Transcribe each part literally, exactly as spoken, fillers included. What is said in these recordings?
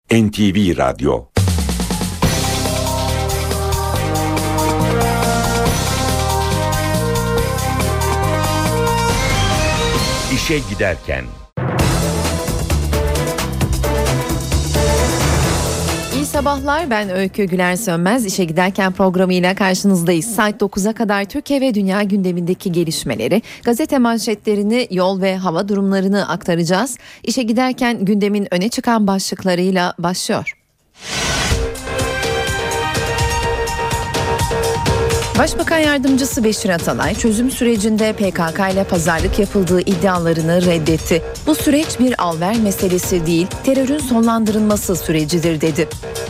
N T V Radyo. İşe giderken. İyi sabahlar, ben Öykü Güler Sönmez. İşe giderken programıyla karşınızdayız. Saat dokuza kadar Türkiye ve dünya gündemindeki gelişmeleri, gazete manşetlerini, yol ve hava durumlarını aktaracağız. İşe giderken gündemin öne çıkan başlıklarıyla başlıyor. Başbakan Yardımcısı Beşir Atalay, çözüm sürecinde P K K ile pazarlık yapıldığı iddialarını reddetti. Bu süreç bir al-ver meselesi değil, terörün sonlandırılması sürecidir dedi.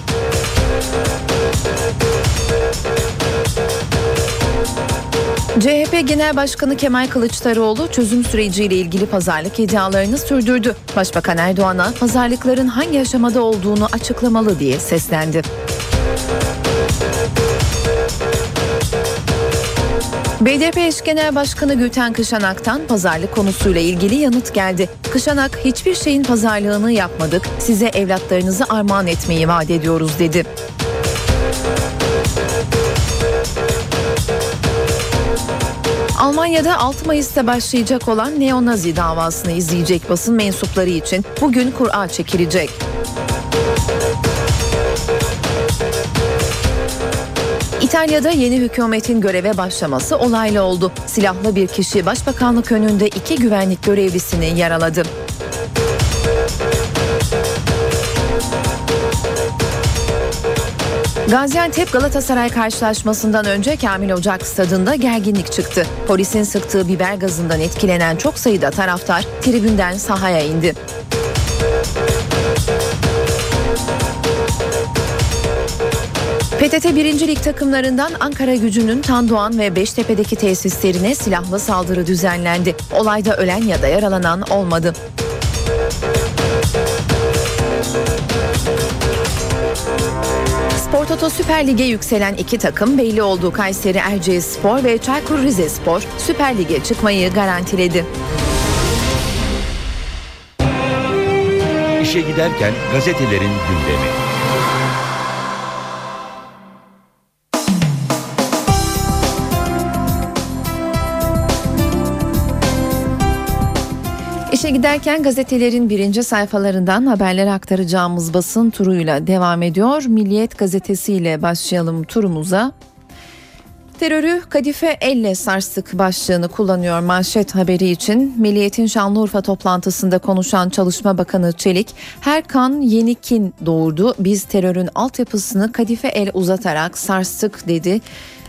C H P Genel Başkanı Kemal Kılıçdaroğlu çözüm süreciyle ilgili pazarlık iddialarını sürdürdü. Başbakan Erdoğan'a pazarlıkların hangi aşamada olduğunu açıklamalı diye seslendi. B D P eş genel başkanı Gülten Kışanak'tan pazarlık konusuyla ilgili yanıt geldi. Kışanak, hiçbir şeyin pazarlığını yapmadık, size evlatlarınızı armağan etmeyi vaat ediyoruz dedi. Almanya'da altı Mayıs'ta başlayacak olan neonazi davasını izleyecek basın mensupları için bugün kura çekilecek. İtalya'da yeni hükümetin göreve başlaması olaylı oldu. Silahlı bir kişi başbakanlık önünde iki güvenlik görevlisini yaraladı. Gaziantep Galatasaray karşılaşmasından önce Kamil Ocak stadında gerginlik çıktı. Polisin sıktığı biber gazından etkilenen çok sayıda taraftar tribünden sahaya indi. P T T birinci Lig takımlarından Ankaragücü'nün Tandoğan ve Beştepe'deki tesislerine silahlı saldırı düzenlendi. Olayda ölen ya da yaralanan olmadı. Spor Toto Süper Lig'e yükselen iki takım belli oldu. Kayseri Erciyesspor ve Çaykur Rizespor Süper Lig'e çıkmayı garantiledi. İşe giderken gazetelerin gündemi. İşe giderken gazetelerin birinci sayfalarından haberleri aktaracağımız basın turuyla devam ediyor. Milliyet gazetesiyle başlayalım turumuza. Terörü kadife elle sarstık başlığını kullanıyor manşet haberi için. Milliyet'in Şanlıurfa toplantısında konuşan Çalışma Bakanı Çelik, her kan yeni kin doğurdu. Biz terörün altyapısını kadife el uzatarak sarstık dedi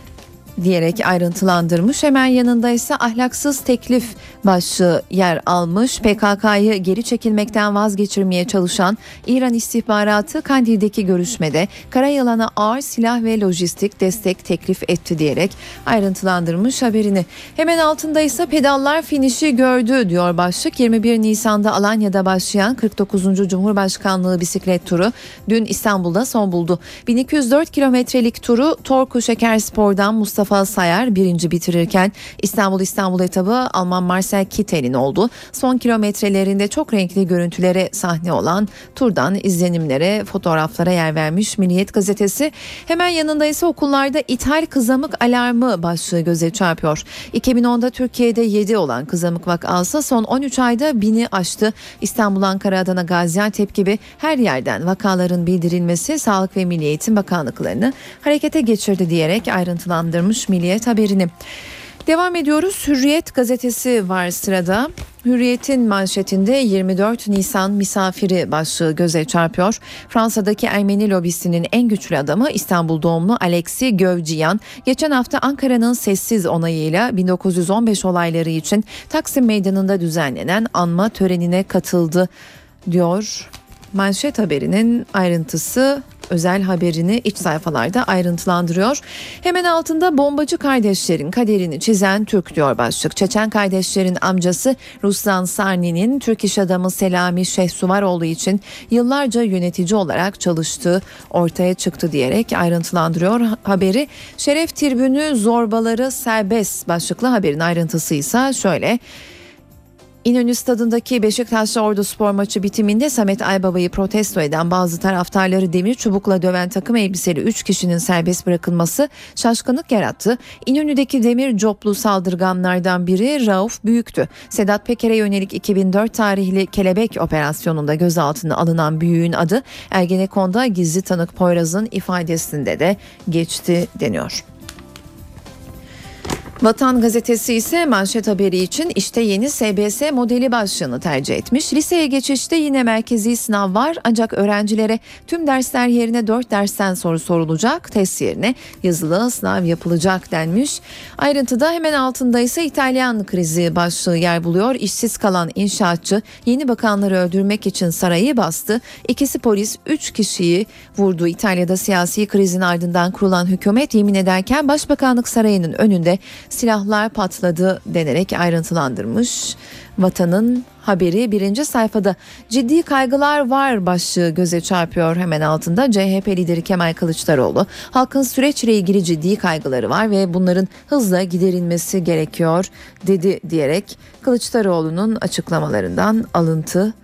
diyerek ayrıntılandırmış. Hemen yanında ise ahlaksız teklif başlığı yer almış. P K K'yı geri çekilmekten vazgeçirmeye çalışan İran istihbaratı Kandil'deki görüşmede Karayılan'a ağır silah ve lojistik destek teklif etti diyerek ayrıntılandırmış haberini. Hemen altında ise pedallar finişi gördü diyor başlık. yirmi bir Nisan'da Alanya'da başlayan kırk dokuzuncu Cumhurbaşkanlığı bisiklet turu dün İstanbul'da son buldu. bin iki yüz dört kilometrelik turu Torku Şekerspor'dan Mustafa Mustafa Sayar birinci bitirirken İstanbul-İstanbul etabı Alman Marcel Kittel'in oldu. Son kilometrelerinde çok renkli görüntülere sahne olan turdan izlenimlere, fotoğraflara yer vermiş Milliyet gazetesi. Hemen yanında ise okullarda ithal kızamık alarmı başlığı göze çarpıyor. iki bin onda Türkiye'de yedi olan kızamık vakası son on üç ayda bini aştı. İstanbul, Ankara, Adana, Gaziantep gibi her yerden vakaların bildirilmesi Sağlık ve Milli Eğitim Bakanlıklarını harekete geçirdi diyerek ayrıntılandırmış Milliyet haberini. Devam ediyoruz. Hürriyet gazetesi var sırada. Hürriyet'in manşetinde yirmi dört Nisan misafiri başlığı göze çarpıyor. Fransa'daki Ermeni lobisinin en güçlü adamı İstanbul doğumlu Alexis Gövciyan geçen hafta Ankara'nın sessiz onayıyla bin dokuz yüz on beş olayları için Taksim Meydanı'nda düzenlenen anma törenine katıldı diyor. Manşet haberinin ayrıntısı özel haberini iç sayfalarda ayrıntılandırıyor. Hemen altında bombacı kardeşlerin kaderini çizen Türk diyor başlık. Çeçen kardeşlerin amcası Ruslan Sarni'nin Türk iş adamı Selami Şehsuvaroğlu için yıllarca yönetici olarak çalıştığı ortaya çıktı diyerek ayrıntılandırıyor haberi. Şeref tribünü zorbaları serbest başlıklı haberin ayrıntısı ise şöyle. İnönü Stadı'ndaki Beşiktaş'la Orduspor maçı bitiminde Samet Aybaba'yı protesto eden bazı taraftarları demir çubukla döven takım elbiseli üç kişinin serbest bırakılması şaşkınlık yarattı. İnönü'deki demir coplu saldırganlardan biri Rauf Büyük'tü. Sedat Peker'e yönelik iki bin dört tarihli Kelebek operasyonunda gözaltına alınan Büyük'ün adı Ergenekon'da gizli tanık Poyraz'ın ifadesinde de geçti deniyor. Vatan gazetesi ise manşet haberi için işte yeni S B S modeli başlığını tercih etmiş. Liseye geçişte yine merkezi sınav var ancak öğrencilere tüm dersler yerine dört dersten soru sorulacak. Test yerine yazılı sınav yapılacak denmiş. Ayrıntıda hemen altında ise İtalyan krizi başlığı yer buluyor. İşsiz kalan inşaatçı yeni bakanları öldürmek için sarayı bastı. İkisi polis, üç kişiyi vurdu. İtalya'da siyasi krizin ardından kurulan hükümet yemin ederken Başbakanlık Sarayı'nın önünde silahlar patladı denerek ayrıntılandırmış. Vatanın haberi birinci sayfada. Ciddi kaygılar var başlığı göze çarpıyor hemen altında. C H P lideri Kemal Kılıçdaroğlu halkın süreçle ilgili ciddi kaygıları var ve bunların hızla giderilmesi gerekiyor dedi diyerek Kılıçdaroğlu'nun açıklamalarından alıntı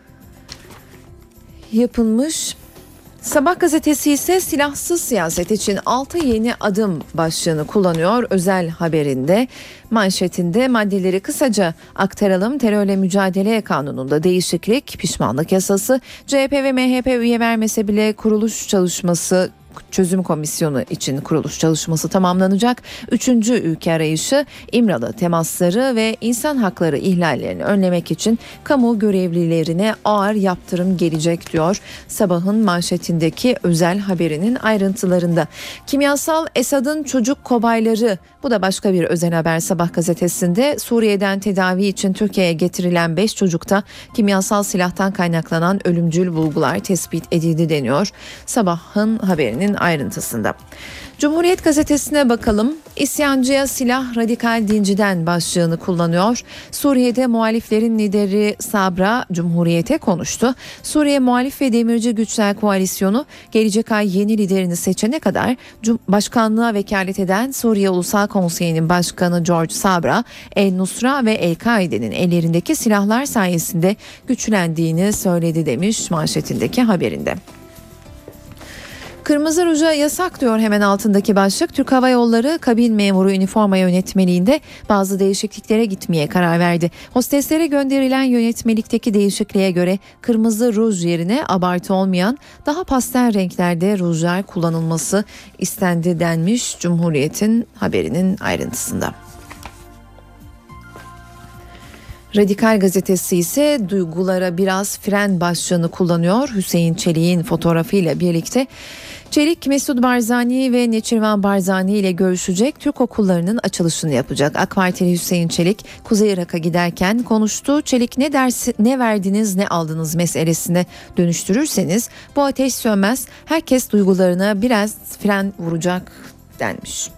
yapılmış. Sabah gazetesi ise silahsız siyaset için altı yeni adım başlığını kullanıyor. Özel haberinde manşetinde maddeleri kısaca aktaralım. Terörle mücadele kanununda değişiklik, pişmanlık yasası, C H P ve M H P üye vermese bile kuruluş çalışması çözüm komisyonu için kuruluş çalışması tamamlanacak. Üçüncü ülke arayışı, İmralı temasları ve insan hakları ihlallerini önlemek için kamu görevlilerine ağır yaptırım gelecek diyor. Sabahın manşetindeki özel haberinin ayrıntılarında. Kimyasal Esad'ın çocuk kobayları, bu da başka bir özel haber Sabah gazetesinde. Suriye'den tedavi için Türkiye'ye getirilen beş çocukta kimyasal silahtan kaynaklanan ölümcül bulgular tespit edildi deniyor. Sabahın haberinin ayrıntısında. Cumhuriyet gazetesine bakalım. İsyancıya silah radikal dinciden başlığını kullanıyor. Suriye'de muhaliflerin lideri Sabra Cumhuriyet'e konuştu. Suriye Muhalif ve Demirci Güçler Koalisyonu gelecek ay yeni liderini seçene kadar başkanlığa vekalet eden Suriye Ulusal Konseyi'nin başkanı George Sabra, El Nusra ve El-Kaide'nin ellerindeki silahlar sayesinde güçlendiğini söyledi demiş manşetindeki haberinde. Kırmızı ruja yasak diyor hemen altındaki başlık. Türk Hava Yolları kabin memuru üniforma yönetmeliğinde bazı değişikliklere gitmeye karar verdi. Hosteslere gönderilen yönetmelikteki değişikliğe göre kırmızı ruj yerine abartı olmayan daha pastel renklerde rujlar kullanılması istendi denmiş Cumhuriyet'in haberinin ayrıntısında. Radikal gazetesi ise duygulara biraz fren başlığını kullanıyor. Hüseyin Çelik'in fotoğrafıyla birlikte. Çelik, Mesut Barzani ve Neçirvan Barzani ile görüşecek, Türk okullarının açılışını yapacak. AK Partili Hüseyin Çelik Kuzey Irak'a giderken konuştu. Çelik ne dersi, ne verdiniz ne aldınız meselesine dönüştürürseniz bu ateş sönmez. Herkes duygularına biraz fren vuracak denmiş.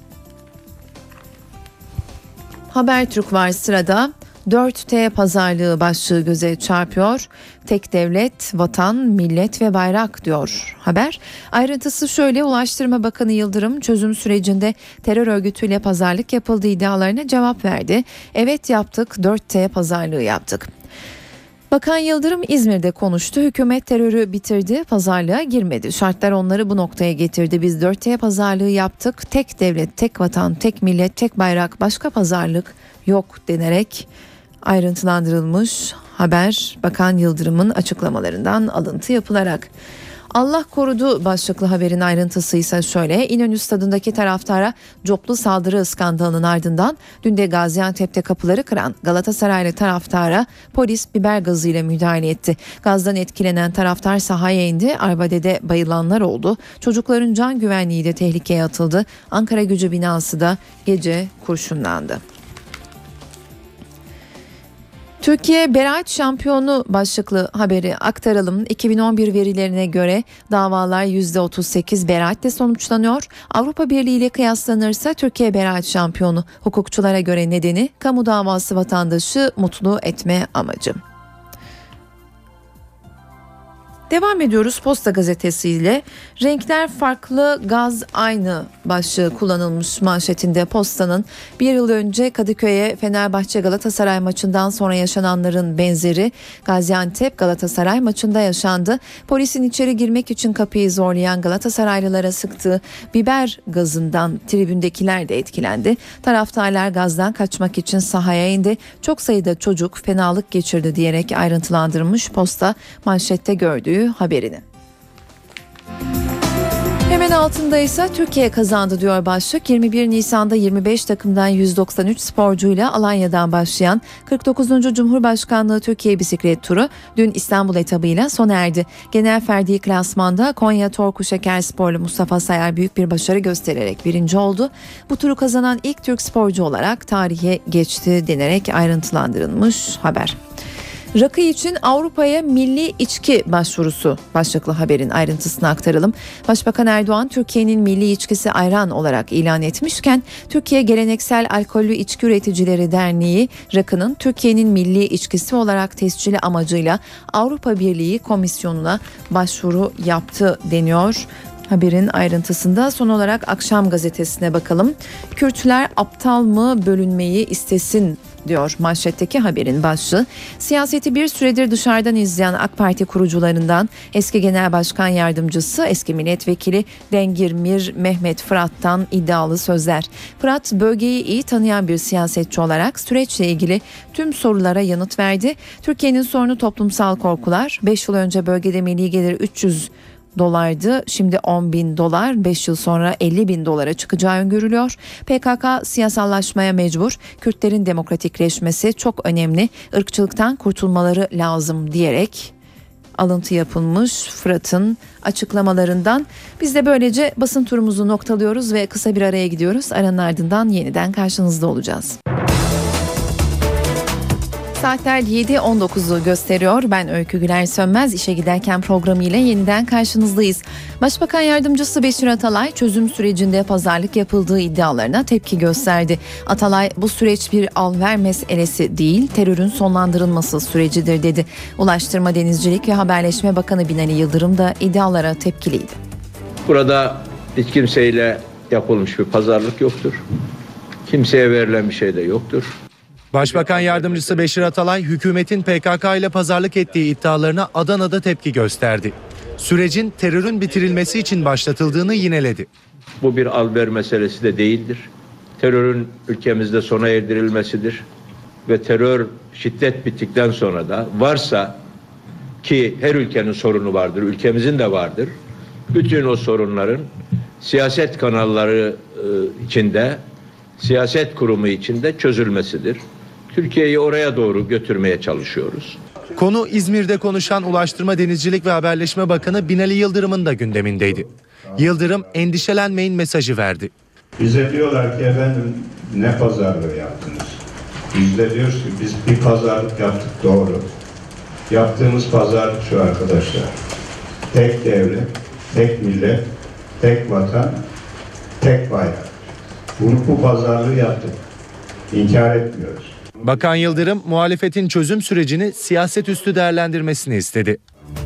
Habertürk var sırada. dört T pazarlığı başlığı göze çarpıyor. Tek devlet, vatan, millet ve bayrak diyor haber. Ayrıntısı şöyle: Ulaştırma Bakanı Yıldırım çözüm sürecinde terör örgütüyle pazarlık yapıldığı iddialarına cevap verdi. Evet yaptık, dört T pazarlığı yaptık. Bakan Yıldırım İzmir'de konuştu. Hükümet terörü bitirdi, pazarlığa girmedi. Şartlar onları bu noktaya getirdi. Biz dört T pazarlığı yaptık. Tek devlet, tek vatan, tek millet, tek bayrak, başka pazarlık yok denerek ayrıntılandırılmış haber Bakan Yıldırım'ın açıklamalarından alıntı yapılarak. Allah korudu başlıklı haberin ayrıntısı ise şöyle: İnönü Stadı'ndaki taraftara coplu saldırı skandalının ardından dün de Gaziantep'te kapıları kıran Galatasaraylı taraftara polis biber gazıyla müdahale etti. Gazdan etkilenen taraftar sahaya indi. Arbadede bayılanlar oldu. Çocukların can güvenliği de tehlikeye atıldı. Ankaragücü binası da gece kurşunlandı. Türkiye Beraat Şampiyonu başlıklı haberi aktaralım. iki bin on bir verilerine göre davalar yüzde otuz sekiz beraatle sonuçlanıyor. Avrupa Birliği ile kıyaslanırsa Türkiye Beraat Şampiyonu. Hukukçulara göre nedeni kamu davası vatandaşı mutlu etme amacı. Devam ediyoruz Posta gazetesiyle. Renkler farklı, gaz aynı başlığı kullanılmış manşetinde Posta'nın. Bir yıl önce Kadıköy'e Fenerbahçe Galatasaray maçından sonra yaşananların benzeri Gaziantep Galatasaray maçında yaşandı. Polisin içeri girmek için kapıyı zorlayan Galatasaraylılara sıktığı biber gazından tribündekiler de etkilendi. Taraftarlar gazdan kaçmak için sahaya indi. Çok sayıda çocuk fenalık geçirdi diyerek ayrıntılandırmış Posta manşette gördüğü haberini. Hemen altında ise Türkiye kazandı diyor başlık. yirmi bir Nisan'da yirmi beş takımdan yüz doksan üç sporcuyla Alanya'dan başlayan kırk dokuzuncu Cumhurbaşkanlığı Türkiye Bisiklet Turu dün İstanbul etabıyla sona erdi. Genel ferdi klasmanda Konya Torku Şekersporlu Mustafa Sayar büyük bir başarı göstererek birinci oldu. Bu turu kazanan ilk Türk sporcu olarak tarihe geçti denerek ayrıntılandırılmış haber. Rakı için Avrupa'ya milli içki başvurusu başlıklı haberin ayrıntısını aktaralım. Başbakan Erdoğan Türkiye'nin milli içkisi ayran olarak ilan etmişken Türkiye Geleneksel Alkollü İçki Üreticileri Derneği rakının Türkiye'nin milli içkisi olarak tescili amacıyla Avrupa Birliği Komisyonu'na başvuru yaptı deniyor. Haberin ayrıntısında son olarak Akşam gazetesine bakalım. Kürtler aptal mı bölünmeyi istesin diyor manşetteki haberin başlığı. Siyaseti bir süredir dışarıdan izleyen AK Parti kurucularından eski Genel Başkan Yardımcısı, eski milletvekili Dengirmir Mehmet Fırat'tan iddialı sözler. Fırat bölgeyi iyi tanıyan bir siyasetçi olarak süreçle ilgili tüm sorulara yanıt verdi. Türkiye'nin sorunu toplumsal korkular. beş yıl önce bölgede milli gelir üç yüz dolardı. Şimdi on bin dolar, beş yıl sonra elli bin dolara çıkacağı öngörülüyor. P K K siyasallaşmaya mecbur. Kürtlerin demokratikleşmesi çok önemli. Irkçılıktan kurtulmaları lazım diyerek alıntı yapılmış Fırat'ın açıklamalarından. Biz de böylece basın turumuzu noktalıyoruz ve kısa bir araya gidiyoruz. Aranın ardından yeniden karşınızda olacağız. Saatler yedi on dokuzu gösteriyor. Ben Öykü Güler Sönmez. İşe giderken programı ile yeniden karşınızdayız. Başbakan Yardımcısı Beşir Atalay çözüm sürecinde pazarlık yapıldığı iddialarına tepki gösterdi. Atalay bu süreç bir al-ver meselesi değil, terörün sonlandırılması sürecidir dedi. Ulaştırma, Denizcilik ve Haberleşme Bakanı Binali Yıldırım da iddialara tepkiliydi. Burada hiç kimseyle yapılmış bir pazarlık yoktur. Kimseye verilen bir şey de yoktur. Başbakan Yardımcısı Beşir Atalay, hükümetin P K K ile pazarlık ettiği iddialarına Adana'da tepki gösterdi. Sürecin terörün bitirilmesi için başlatıldığını yineledi. Bu bir al-ver meselesi de değildir. Terörün ülkemizde sona erdirilmesidir. Ve terör şiddet bittikten sonra da varsa, ki her ülkenin sorunu vardır, ülkemizin de vardır. Bütün o sorunların siyaset kanalları içinde, siyaset kurumu içinde çözülmesidir. Türkiye'yi oraya doğru götürmeye çalışıyoruz. Konu İzmir'de konuşan Ulaştırma, Denizcilik ve Haberleşme Bakanı Binali Yıldırım'ın da gündemindeydi. Yıldırım endişelenmeyin mesajı verdi. Bize diyorlar ki efendim ne pazarlığı yaptınız? Biz de diyoruz ki biz bir pazarlık yaptık, doğru. Yaptığımız pazarlık şu arkadaşlar. Tek devlet, tek millet, tek vatan, tek bayrak. Bunu bu pazarlığı yaptık. İnkar etmiyoruz. Bakan Yıldırım muhalefetin çözüm sürecini siyaset üstü değerlendirmesini istedi.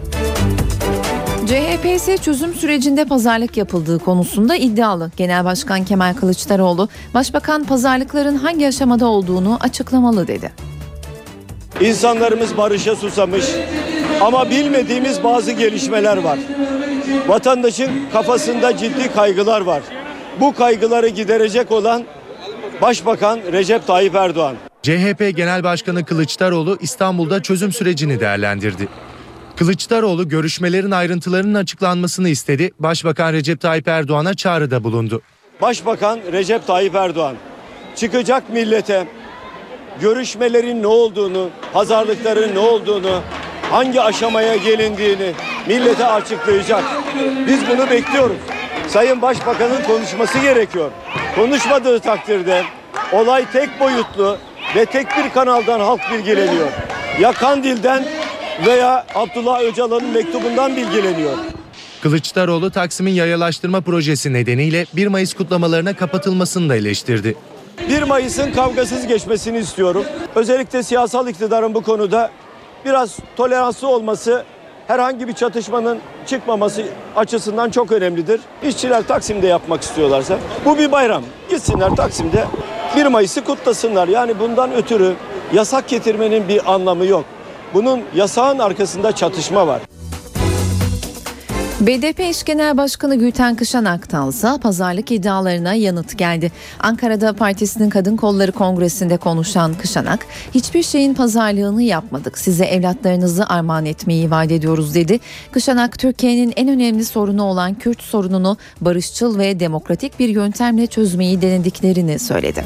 C H P ise çözüm sürecinde pazarlık yapıldığı konusunda iddialı. Genel Başkan Kemal Kılıçdaroğlu, Başbakan pazarlıkların hangi aşamada olduğunu açıklamalı dedi. İnsanlarımız barışa susamış ama bilmediğimiz bazı gelişmeler var. Vatandaşın kafasında ciddi kaygılar var. Bu kaygıları giderecek olan Başbakan Recep Tayyip Erdoğan. C H P Genel Başkanı Kılıçdaroğlu İstanbul'da çözüm sürecini değerlendirdi. Kılıçdaroğlu görüşmelerin ayrıntılarının açıklanmasını istedi. Başbakan Recep Tayyip Erdoğan'a çağrıda bulundu. Başbakan Recep Tayyip Erdoğan çıkacak millete görüşmelerin ne olduğunu, pazarlıkların ne olduğunu, hangi aşamaya gelindiğini millete açıklayacak. Biz bunu bekliyoruz. Sayın Başbakan'ın konuşması gerekiyor. Konuşmadığı takdirde olay tek boyutlu ve tek bir kanaldan halk bilgileniyor. Ya Kandil'den veya Abdullah Öcalan'ın mektubundan bilgileniyor. Kılıçdaroğlu Taksim'in yayalaştırma projesi nedeniyle bir Mayıs kutlamalarına kapatılmasını da eleştirdi. bir Mayıs'ın kavgasız geçmesini istiyorum. Özellikle siyasal iktidarın bu konuda biraz toleranslı olması herhangi bir çatışmanın çıkmaması açısından çok önemlidir. İşçiler Taksim'de yapmak istiyorlarsa bu bir bayram. Gitsinler Taksim'de bir Mayıs'ı kutlasınlar. Yani bundan ötürü yasak getirmenin bir anlamı yok. Bunun yasağın arkasında çatışma var. B D P eş genel başkanı Gülten Kışanak'tansa pazarlık iddialarına yanıt geldi. Ankara'da partisinin Kadın Kolları Kongresi'nde konuşan Kışanak, hiçbir şeyin pazarlığını yapmadık, size evlatlarınızı armağan etmeyi vaat ediyoruz dedi. Kışanak, Türkiye'nin en önemli sorunu olan Kürt sorununu barışçıl ve demokratik bir yöntemle çözmeyi denediklerini söyledi.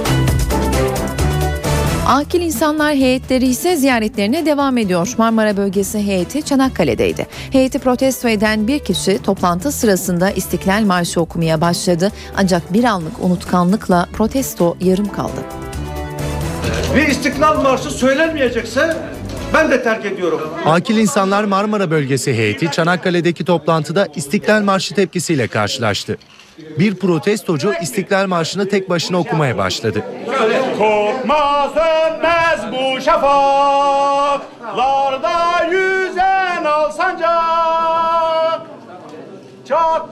Akil insanlar heyetleri ise ziyaretlerine devam ediyor. Marmara Bölgesi heyeti Çanakkale'deydi. Heyeti protesto eden bir kişi toplantı sırasında İstiklal Marşı okumaya başladı. Ancak bir anlık unutkanlıkla protesto yarım kaldı. Bir İstiklal Marşı söylenmeyecekse ben de terk ediyorum. Akil insanlar Marmara Bölgesi heyeti Çanakkale'deki toplantıda İstiklal Marşı tepkisiyle karşılaştı. Bir protestocu İstiklal Marşı'nı tek başına okumaya başladı. Korkmaz dönmez bu şafaklarda yüzen al sancak. Çok...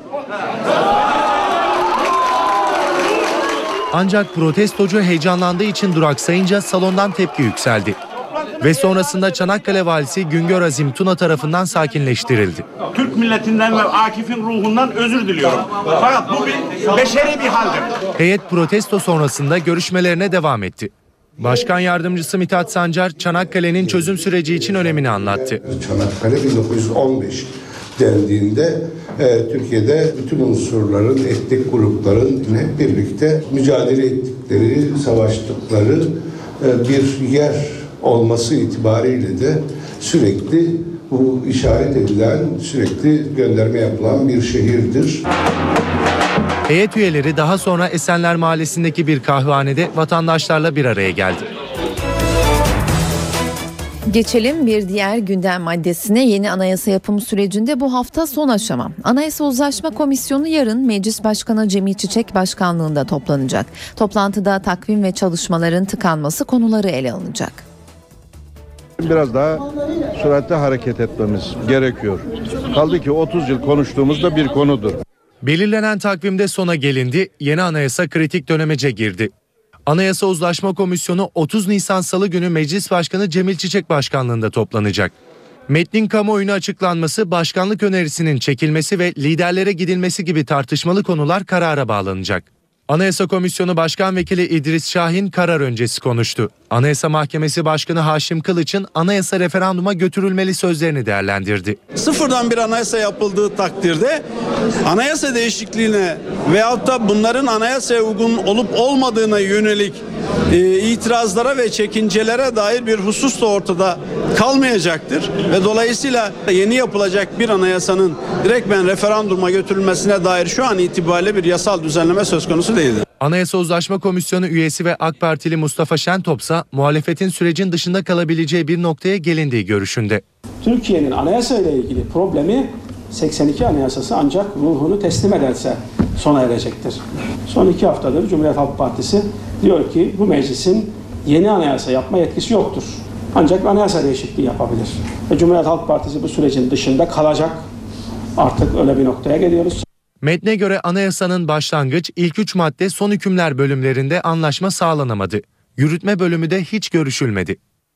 Ancak protestocu heyecanlandığı için duraksayınca salondan tepki yükseldi. Ve sonrasında Çanakkale valisi Güngör Azim Tuna tarafından sakinleştirildi. Türk milletinden ve Akif'in ruhundan özür diliyorum. Fakat bu bir beşeri bir haldir. Heyet protesto sonrasında görüşmelerine devam etti. Başkan Yardımcısı Mithat Sancar, Çanakkale'nin çözüm süreci için önemini anlattı. Çanakkale bin dokuz yüz on beş dendiğinde e, Türkiye'de bütün unsurların, etnik grupların hep birlikte mücadele ettikleri, savaştıkları e, bir yer olması itibariyle de sürekli bu işaret edilen, sürekli gönderme yapılan bir şehirdir. Heyet üyeleri daha sonra Esenler Mahallesi'ndeki bir kahvehanede vatandaşlarla bir araya geldi. Geçelim bir diğer gündem maddesine. Yeni anayasa yapım sürecinde bu hafta son aşama. Anayasa Uzlaşma Komisyonu yarın Meclis Başkanı Cemil Çiçek başkanlığında toplanacak. Toplantıda takvim ve çalışmaların tıkanması konuları ele alınacak. Biraz daha süratle hareket etmemiz gerekiyor. Kaldı ki otuz yıl konuştuğumuz da bir konudur. Belirlenen takvimde sona gelindi, yeni anayasa kritik dönemece girdi. Anayasa Uzlaşma Komisyonu otuz Nisan Salı günü Meclis Başkanı Cemil Çiçek başkanlığında toplanacak. Metnin kamuoyuna açıklanması, başkanlık önerisinin çekilmesi ve liderlere gidilmesi gibi tartışmalı konular karara bağlanacak. Anayasa Komisyonu Başkan Vekili İdris Şahin karar öncesi konuştu. Anayasa Mahkemesi Başkanı Haşim Kılıç'ın anayasa referanduma götürülmeli sözlerini değerlendirdi. Sıfırdan bir anayasa yapıldığı takdirde anayasa değişikliğine veyahut da bunların anayasaya uygun olup olmadığına yönelik e, itirazlara ve çekincelere dair bir husus da ortada kalmayacaktır. Ve dolayısıyla yeni yapılacak bir anayasanın direktmen referanduma götürülmesine dair şu an itibariyle bir yasal düzenleme söz konusu değildir. Anayasa Uzlaşma Komisyonu üyesi ve AK Partili Mustafa Şentopsa muhalefetin sürecin dışında kalabileceği bir noktaya gelindiği görüşünde. Türkiye'nin anayasa ile ilgili problemi seksen iki Anayasası ancak ruhunu teslim ederse sona erecektir. Son iki haftadır Cumhuriyet Halk Partisi diyor ki bu meclisin yeni anayasa yapma yetkisi yoktur. Ancak anayasa değişikliği yapabilir. Ve Cumhuriyet Halk Partisi bu sürecin dışında kalacak. Artık öyle bir noktaya geliyoruz. Metne göre anayasanın başlangıç, ilk üç madde, son hükümler bölümlerinde anlaşma sağlanamadı. Yürütme bölümü de hiç görüşülmedi.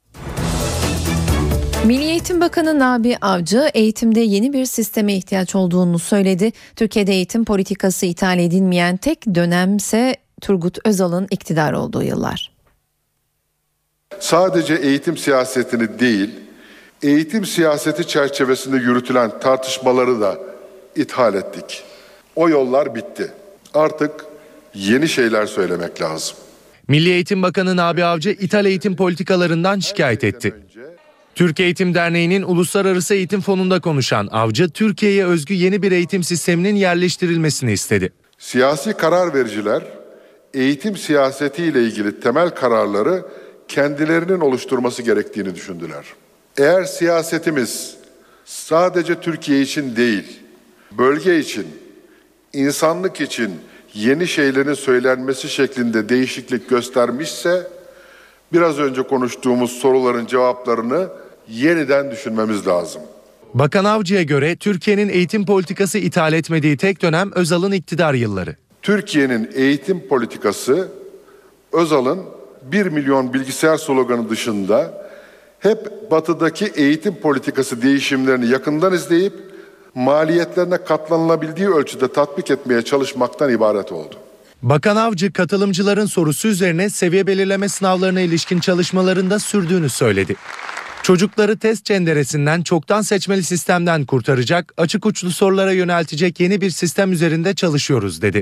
Milli Eğitim Bakanı Nabi Avcı eğitimde yeni bir sisteme ihtiyaç olduğunu söyledi. Türkiye'de eğitim politikası ithal edilmeyen tek dönemse Turgut Özal'ın iktidar olduğu yıllar. Sadece eğitim siyasetini değil, eğitim siyaseti çerçevesinde yürütülen tartışmaları da ithal ettik. O yollar bitti. Artık yeni şeyler söylemek lazım. Milli Eğitim Bakanı Nabi Avcı ithal eğitim politikalarından şikayet etti. Türkiye Eğitim Derneği'nin Uluslararası Eğitim Fonu'nda konuşan Avcı, Türkiye'ye özgü yeni bir eğitim sisteminin yerleştirilmesini istedi. Siyasi karar vericiler, eğitim siyasetiyle ilgili temel kararları kendilerinin oluşturması gerektiğini düşündüler. Eğer siyasetimiz sadece Türkiye için değil, bölge için, insanlık için yeni şeylerin söylenmesi şeklinde değişiklik göstermişse, biraz önce konuştuğumuz soruların cevaplarını yeniden düşünmemiz lazım. Bakan Avcı'ya göre Türkiye'nin eğitim politikası ithal etmediği tek dönem Özal'ın iktidar yılları. Türkiye'nin eğitim politikası Özal'ın bir milyon bilgisayar sloganı dışında hep batıdaki eğitim politikası değişimlerini yakından izleyip maliyetlerine katlanılabildiği ölçüde tatbik etmeye çalışmaktan ibaret oldu. Bakan Avcı katılımcıların sorusu üzerine seviye belirleme sınavlarına ilişkin çalışmalarında sürdüğünü söyledi. Çocukları test cenderesinden çoktan seçmeli sistemden kurtaracak, açık uçlu sorulara yöneltecek yeni bir sistem üzerinde çalışıyoruz dedi.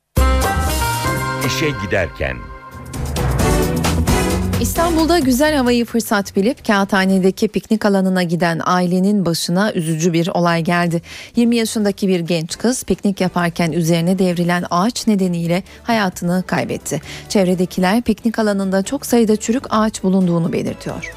İşe giderken. İstanbul'da güzel havayı fırsat bilip Kağıthane'deki piknik alanına giden ailenin başına üzücü bir olay geldi. yirmi yaşındaki bir genç kız piknik yaparken üzerine devrilen ağaç nedeniyle hayatını kaybetti. Çevredekiler piknik alanında çok sayıda çürük ağaç bulunduğunu belirtiyor.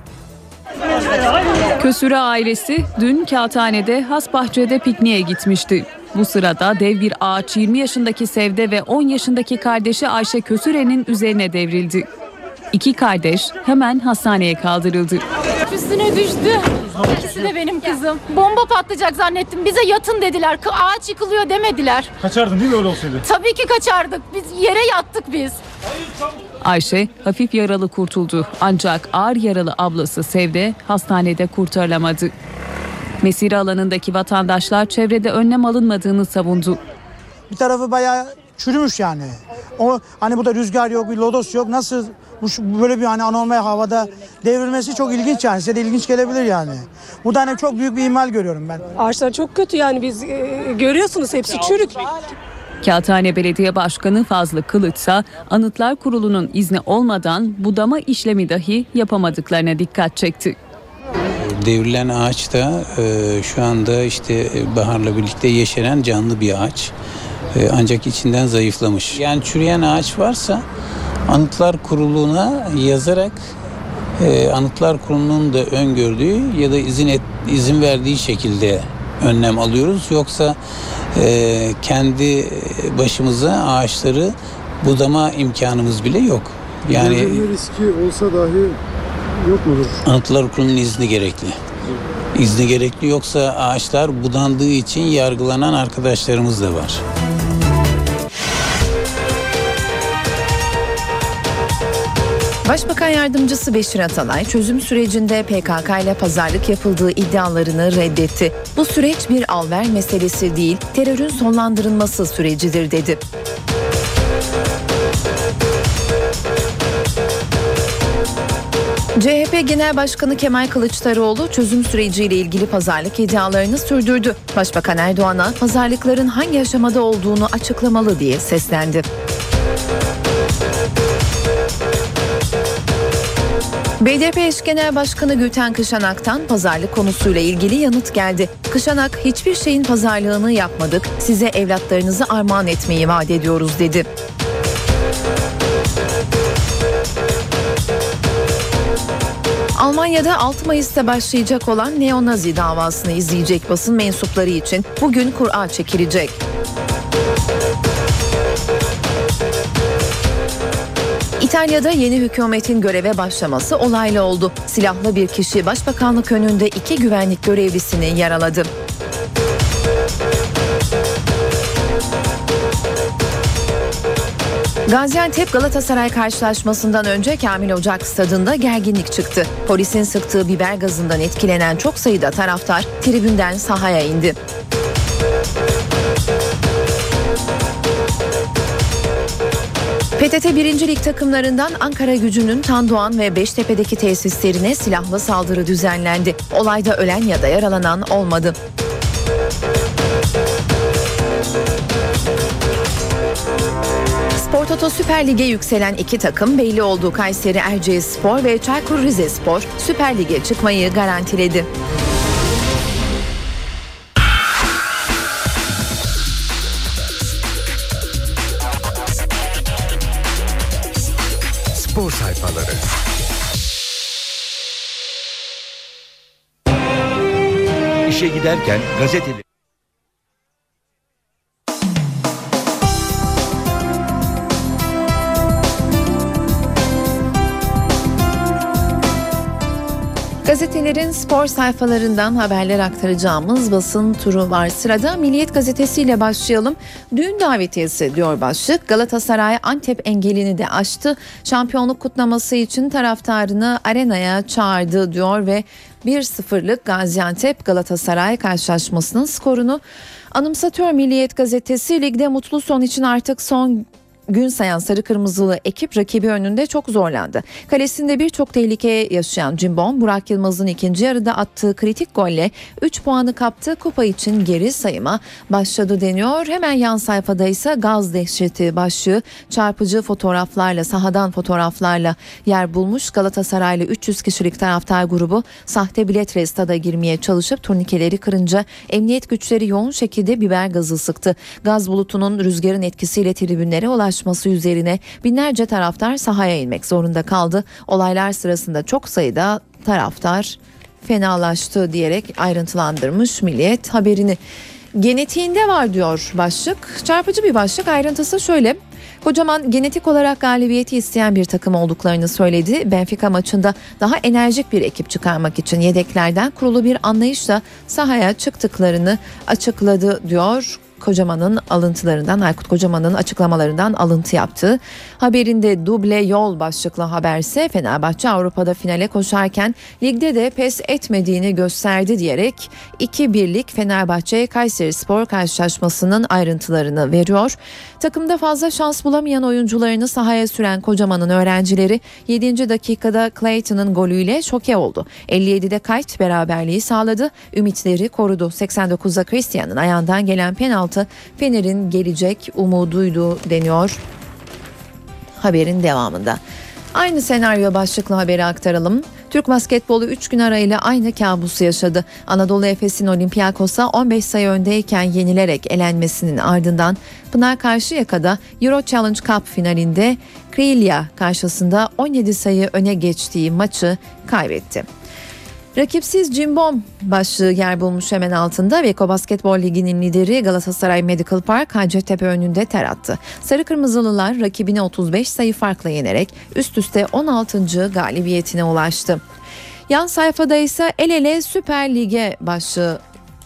Kösüre ailesi dün Kağıthane'de Hasbahçe'de pikniğe gitmişti. Bu sırada dev bir ağaç yirmi yaşındaki Sevde ve on yaşındaki kardeşi Ayşe Kösüre'nin üzerine devrildi. İki kardeş hemen hastaneye kaldırıldı. Üstüne düştü. İkisi de benim kızım. Bomba patlayacak zannettim. Bize yatın dediler. Ağaç yıkılıyor demediler. Kaçardın değil mi öyle olsaydı? Tabii ki kaçardık. Biz yere yattık biz. Ayşe hafif yaralı kurtuldu. Ancak ağır yaralı ablası Sevde hastanede kurtarılamadı. Mesire alanındaki vatandaşlar çevrede önlem alınmadığını savundu. Bir tarafı bayağı çürümüş yani. O hani burada rüzgar yok, bir lodos yok. Nasıl bu böyle bir hani anormal havada devrilmesi çok ilginç yani. Size de ilginç gelebilir yani. Burada hani çok büyük bir ihmal görüyorum ben. Ağaçlar çok kötü yani biz e, görüyorsunuz hepsi çürük. Kağıthane Belediye Başkanı Fazlı Kılıçsa Anıtlar Kurulu'nun izni olmadan budama işlemi dahi yapamadıklarına dikkat çekti. Devrilen ağaç da e, şu anda işte baharla birlikte yeşeren canlı bir ağaç. E, ancak içinden zayıflamış. Yani çürüyen ağaç varsa Anıtlar Kurulu'na yazarak e, Anıtlar Kurulu'nun da öngördüğü ya da izin et, izin verdiği şekilde önlem alıyoruz. Yoksa e, kendi başımıza ağaçları budama imkanımız bile yok. Yani devrilme riski olsa dahi yok mudur? Anıtlar Kurulu'nun izni gerekli. İzni gerekli, yoksa ağaçlar budandığı için yargılanan arkadaşlarımız da var. Başbakan Yardımcısı Beşir Atalay çözüm sürecinde P K K ile pazarlık yapıldığı iddialarını reddetti. Bu süreç bir al-ver meselesi değil, terörün sonlandırılması sürecidir dedi. C H P Genel Başkanı Kemal Kılıçdaroğlu çözüm süreciyle ilgili pazarlık iddialarını sürdürdü. Başbakan Erdoğan'a pazarlıkların hangi aşamada olduğunu açıklamalı diye seslendi. B D P eş Genel Başkanı Gülten Kışanak'tan pazarlık konusuyla ilgili yanıt geldi. Kışanak, hiçbir şeyin pazarlığını yapmadık, size evlatlarınızı armağan etmeyi vaat ediyoruz dedi. Almanya'da altı Mayıs'ta başlayacak olan neonazi davasını izleyecek basın mensupları için bugün kura çekilecek. İtalya'da yeni hükümetin göreve başlaması olaylı oldu. Silahlı bir kişi başbakanlık önünde iki güvenlik görevlisini yaraladı. Gaziantep Galatasaray karşılaşmasından önce Kamil Ocak stadında gerginlik çıktı. Polisin sıktığı biber gazından etkilenen çok sayıda taraftar tribünden sahaya indi. P T T birinci Lig takımlarından Ankaragücü'nün Tandoğan ve Beştepe'deki tesislerine silahlı saldırı düzenlendi. Olayda ölen ya da yaralanan olmadı. Spor Toto Süper Lig'e yükselen iki takım belli oldu. Kayseri Erciyesspor ve Çaykur Rizespor Süper Lig'e çıkmayı garantiledi. Spor sayfaları. İşe giderken gazeteli. Gazetelerin spor sayfalarından haberler aktaracağımız basın turu var. Sırada Milliyet gazetesiyle başlayalım. Düğün davetiyesi diyor başlık. Galatasaray Antep engelini de aştı. Şampiyonluk kutlaması için taraftarını arenaya çağırdı diyor ve bir sıfırlık Gaziantep Galatasaray karşılaşmasının skorunu anımsatıyor Milliyet gazetesi. Ligde mutlu son için artık son gün sayan sarı kırmızılı ekip rakibi önünde çok zorlandı. Kalesinde birçok tehlike yaşayan Cimbom, Burak Yılmaz'ın ikinci yarıda attığı kritik golle üç puanı kaptı. Kupa için geri sayıma başladı deniyor. Hemen yan sayfada ise gaz dehşeti başlığı çarpıcı fotoğraflarla, sahadan fotoğraflarla yer bulmuş. Galatasaraylı üç yüz kişilik taraftar grubu sahte biletle stada girmeye çalışıp turnikeleri kırınca emniyet güçleri yoğun şekilde biber gazı sıktı. Gaz bulutunun rüzgarın etkisiyle tribünlere ulaştı. Üzerine binlerce taraftar sahaya inmek zorunda kaldı. Olaylar sırasında çok sayıda taraftar fenalaştı diyerek ayrıntılandırmış Milliyet haberini. Genetiğinde var diyor başlık. Çarpıcı bir başlık. Ayrıntısı şöyle. Kocaman genetik olarak galibiyeti isteyen bir takım olduklarını söyledi. Benfica maçında daha enerjik bir ekip çıkarmak için yedeklerden kurulu bir anlayışla sahaya çıktıklarını açıkladı diyor. Kocaman'ın alıntılarından, Aykut Kocaman'ın açıklamalarından alıntı yaptı. Haberinde duble yol başlıklı haberse Fenerbahçe Avrupa'da finale koşarken ligde de pes etmediğini gösterdi diyerek iki birlik Fenerbahçe Kayserispor karşılaşmasının ayrıntılarını veriyor. Takımda fazla şans bulamayan oyuncularını sahaya süren Kocaman'ın öğrencileri yedinci dakikada Clayton'ın golüyle şoke oldu. elli yedide Kayt beraberliği sağladı. Ümitleri korudu. seksen dokuzda Christian'ın ayağından gelen penaltı Fener'in gelecek umuduydu deniyor haberin devamında. Aynı senaryo başlıklı haberi aktaralım. Türk basketbolu üç gün arayla aynı kabusu yaşadı. Anadolu Efes'in Olympiakos'a on beş sayı öndeyken yenilerek elenmesinin ardından Pınar Karşıyaka'da Euro Challenge Cup finalinde Krilia karşısında on yedi sayı öne geçtiği maçı kaybetti. Rakipsiz Cimbom başlığı yer bulmuş hemen altında. Beko Basketbol Ligi'nin lideri Galatasaray Medical Park Hacettepe önünde ter attı. Sarı Kırmızılılar rakibine otuz beş sayı farkla yenerek üst üste on altıncı galibiyetine ulaştı. Yan sayfada ise el ele Süper Lig'e başlığı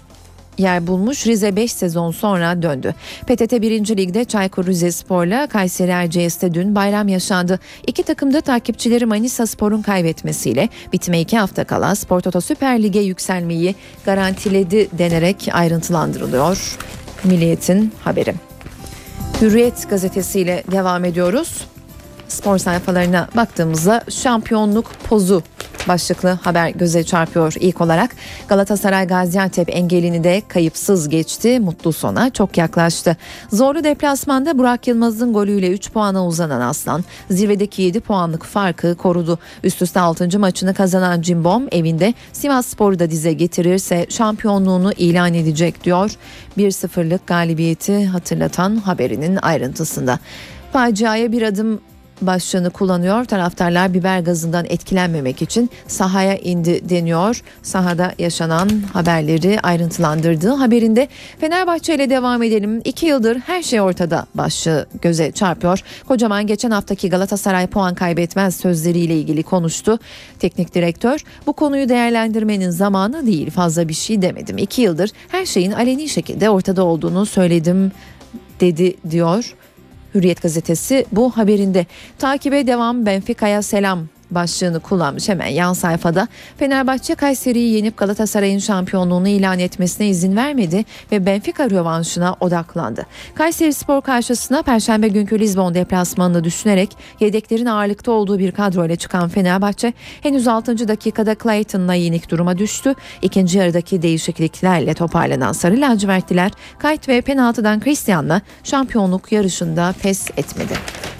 yer bulmuş. Rize beş sezon sonra döndü. P T T birinci Lig'de Çaykur Rizespor'la Kayseri Erciyes'te dün bayram yaşandı. İki takım da takipçileri Manisaspor'un kaybetmesiyle bitime iki hafta kala Spor Toto Süper Lig'e yükselmeyi garantiledi denerek ayrıntılandırılıyor Milliyet'in haberi. Hürriyet gazetesiyle devam ediyoruz. Spor sayfalarına baktığımızda şampiyonluk pozu başlıklı haber göze çarpıyor ilk olarak. Galatasaray Gaziantep engelini de kayıpsız geçti. Mutlu sona çok yaklaştı. Zorlu deplasmanda Burak Yılmaz'ın golüyle üç puana uzanan Aslan zirvedeki yedi puanlık farkı korudu. Üst üste altıncı maçını kazanan Cimbom evinde Sivasspor'u da dize getirirse şampiyonluğunu ilan edecek diyor. bir sıfırlık galibiyeti hatırlatan haberinin ayrıntısında. Faciaya bir adım başlığını kullanıyor. Taraftarlar biber gazından etkilenmemek için sahaya indi deniyor. Sahada yaşanan haberleri ayrıntılandırdığı haberinde Fenerbahçe ile devam edelim. İki yıldır her şey ortada başlığı göze çarpıyor. Kocaman geçen haftaki Galatasaray puan kaybetmez sözleriyle ilgili konuştu. Teknik direktör bu konuyu değerlendirmenin zamanı değil, fazla bir şey demedim. İki yıldır her şeyin aleni şekilde ortada olduğunu söyledim dedi diyor. Hürriyet gazetesi bu haberinde. Takibe devam, Benfica'ya selam başlığını kullanmış hemen yan sayfada. Fenerbahçe Kayseri'yi yenip Galatasaray'ın şampiyonluğunu ilan etmesine izin vermedi ve Benfica rövanşına odaklandı. Kayserispor karşısına Perşembe günkü Lizbon deplasmanını düşünerek yedeklerin ağırlıkta olduğu bir kadroyla çıkan Fenerbahçe henüz altıncı dakikada Clayton'la yenik duruma düştü. İkinci yarıdaki değişikliklerle toparlanan Sarı Lacivertliler kayıt ve penaltıdan Christian'la şampiyonluk yarışında pes etmedi.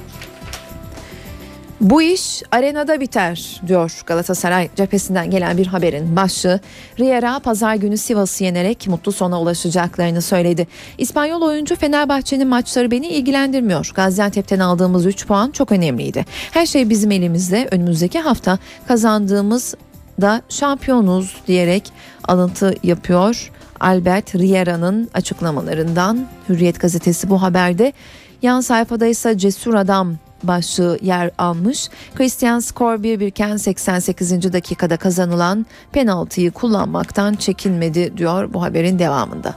Bu iş arenada biter diyor Galatasaray cephesinden gelen bir haberin başlığı. Riera pazar günü Sivas'ı yenerek mutlu sona ulaşacaklarını söyledi. İspanyol oyuncu Fenerbahçe'nin maçları beni ilgilendirmiyor. Gaziantep'ten aldığımız üç puan çok önemliydi. Her şey bizim elimizde. Önümüzdeki hafta kazandığımız da şampiyonuz diyerek alıntı yapıyor. Albert Riera'nın açıklamalarından. Hürriyet gazetesi bu haberde. Yan sayfada ise cesur adam başlığı yer almış. Christian skor bir birken seksen sekizinci dakikada kazanılan penaltıyı kullanmaktan çekinmedi diyor bu haberin devamında.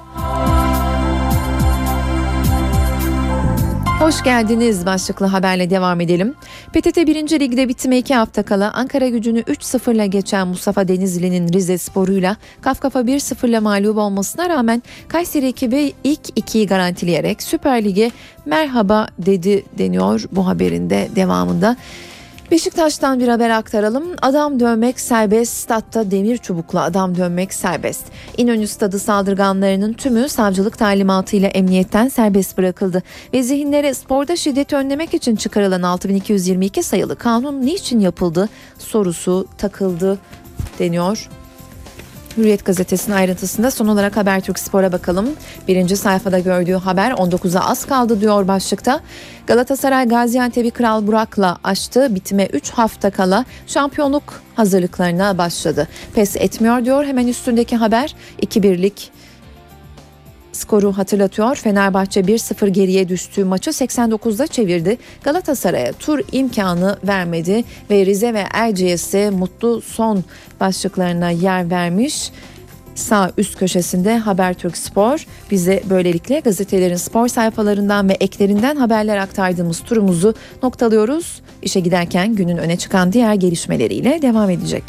Hoş geldiniz başlıklı haberle devam edelim. P T T birinci Lig'de bitime iki hafta kala Ankara Gücü'nü üç sıfırla geçen Mustafa Denizli'nin Rize Spor'uyla kaf kafa bir sıfırla mağlup olmasına rağmen Kayseri ekibi ilk ikiyi garantileyerek Süper Lig'e merhaba dedi deniyor bu haberin de devamında. Beşiktaş'tan bir haber aktaralım. Adam dövmek serbest. Statta demir çubukla adam dövmek serbest. İnönü Stadı saldırganlarının tümü savcılık talimatıyla emniyetten serbest bırakıldı. Ve zihinlere sporda şiddeti önlemek için çıkarılan altı bin iki yüz yirmi iki sayılı kanun niçin yapıldı sorusu takıldı deniyor. Hürriyet gazetesinin ayrıntısında son olarak Habertürk Spor'a bakalım. Birinci sayfada gördüğü haber on dokuza az kaldı diyor başlıkta. Galatasaray Gaziantep'i Kral Burak'la açtı. Bitime üç hafta kala şampiyonluk hazırlıklarına başladı. Pes etmiyor diyor hemen üstündeki haber. iki birlik skoru hatırlatıyor. Fenerbahçe bir sıfır geriye düştüğü maçı seksen dokuzda çevirdi. Galatasaray'a tur imkanı vermedi ve Rize ve Erciyes'e mutlu son başlıklarına yer vermiş. Sağ üst köşesinde Habertürk Spor. Bize böylelikle gazetelerin spor sayfalarından ve eklerinden haberler aktardığımız turumuzu noktalıyoruz. İşe giderken günün öne çıkan diğer gelişmeleriyle devam edecek.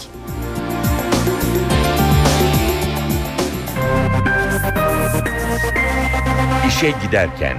İşe giderken.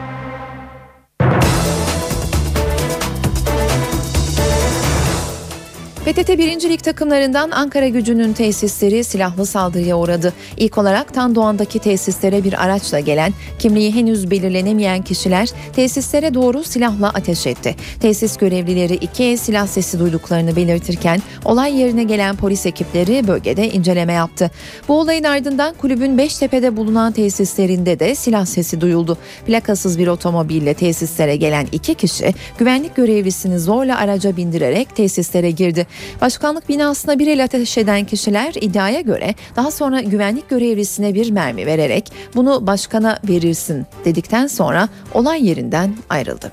P T T birinci Lig takımlarından Ankara Gücü'nün tesisleri silahlı saldırıya uğradı. İlk olarak Tandoğan'daki tesislere bir araçla gelen, kimliği henüz belirlenemeyen kişiler tesislere doğru silahla ateş etti. Tesis görevlileri iki el silah sesi duyduklarını belirtirken olay yerine gelen polis ekipleri bölgede inceleme yaptı. Bu olayın ardından kulübün Beştepe'de bulunan tesislerinde de silah sesi duyuldu. Plakasız bir otomobille tesislere gelen iki kişi güvenlik görevlisini zorla araca bindirerek tesislere girdi. Başkanlık binasına bir el ateş eden kişiler iddiaya göre daha sonra güvenlik görevlisine bir mermi vererek bunu başkana verirsin dedikten sonra olay yerinden ayrıldı.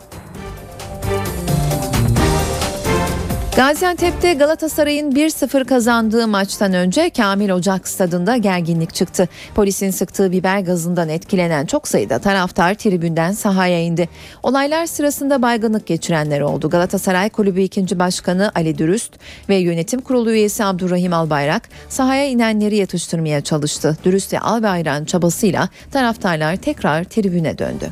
Gaziantep'te Galatasaray'ın bir sıfır kazandığı maçtan önce Kamil Ocak stadında gerginlik çıktı. Polisin sıktığı biber gazından etkilenen çok sayıda taraftar tribünden sahaya indi. Olaylar sırasında baygınlık geçirenler oldu. Galatasaray Kulübü ikinci Başkanı Ali Dürüst ve Yönetim Kurulu üyesi Abdurrahim Albayrak sahaya inenleri yatıştırmaya çalıştı. Dürüst ve Albayrak'ın çabasıyla taraftarlar tekrar tribüne döndü.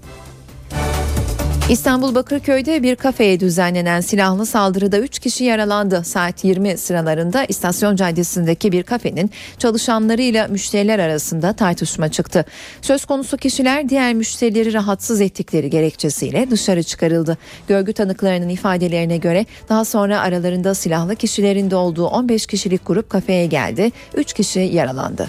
İstanbul Bakırköy'de bir kafeye düzenlenen silahlı saldırıda üç kişi yaralandı. Saat yirmi sıralarında İstasyon Caddesi'ndeki bir kafenin çalışanlarıyla müşteriler arasında tartışma çıktı. Söz konusu kişiler diğer müşterileri rahatsız ettikleri gerekçesiyle dışarı çıkarıldı. Görgü tanıklarının ifadelerine göre daha sonra aralarında silahlı kişilerin de olduğu on beş kişilik grup kafeye geldi. üç kişi yaralandı.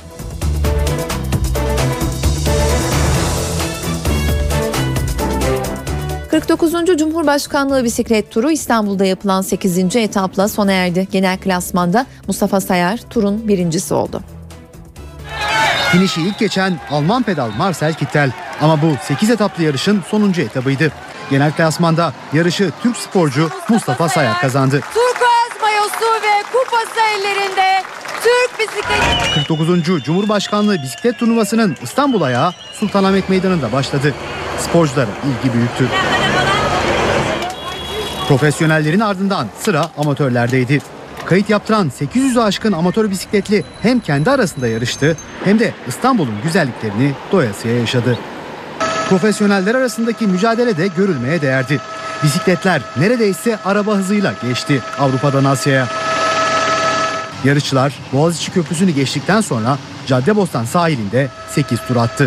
kırk dokuzuncu Cumhurbaşkanlığı bisiklet turu İstanbul'da yapılan sekizinci etapla sona erdi. Genel klasmanda Mustafa Sayar turun birincisi oldu. Finişi ilk geçen Alman pedal Marcel Kittel ama bu sekiz etaplı yarışın sonuncu etabıydı. Genel klasmanda yarışı Türk sporcu Mustafa Sayar kazandı. Turkuaz mayosu ve kupası ellerinde Türk bisikleti. kırk dokuzuncu Cumhurbaşkanlığı bisiklet turnuvasının İstanbul ayağı Sultanahmet Meydanı'nda başladı. Sporculara ilgi büyüktü. Profesyonellerin ardından sıra amatörlerdeydi. Kayıt yaptıran sekiz yüzü aşkın amatör bisikletli hem kendi arasında yarıştı hem de İstanbul'un güzelliklerini doyasıya yaşadı. Profesyoneller arasındaki mücadele de görülmeye değerdi. Bisikletler neredeyse araba hızıyla geçti Avrupa'dan Asya'ya. Yarışçılar Boğaziçi Köprüsü'nü geçtikten sonra Caddebostan sahilinde sekiz tur attı.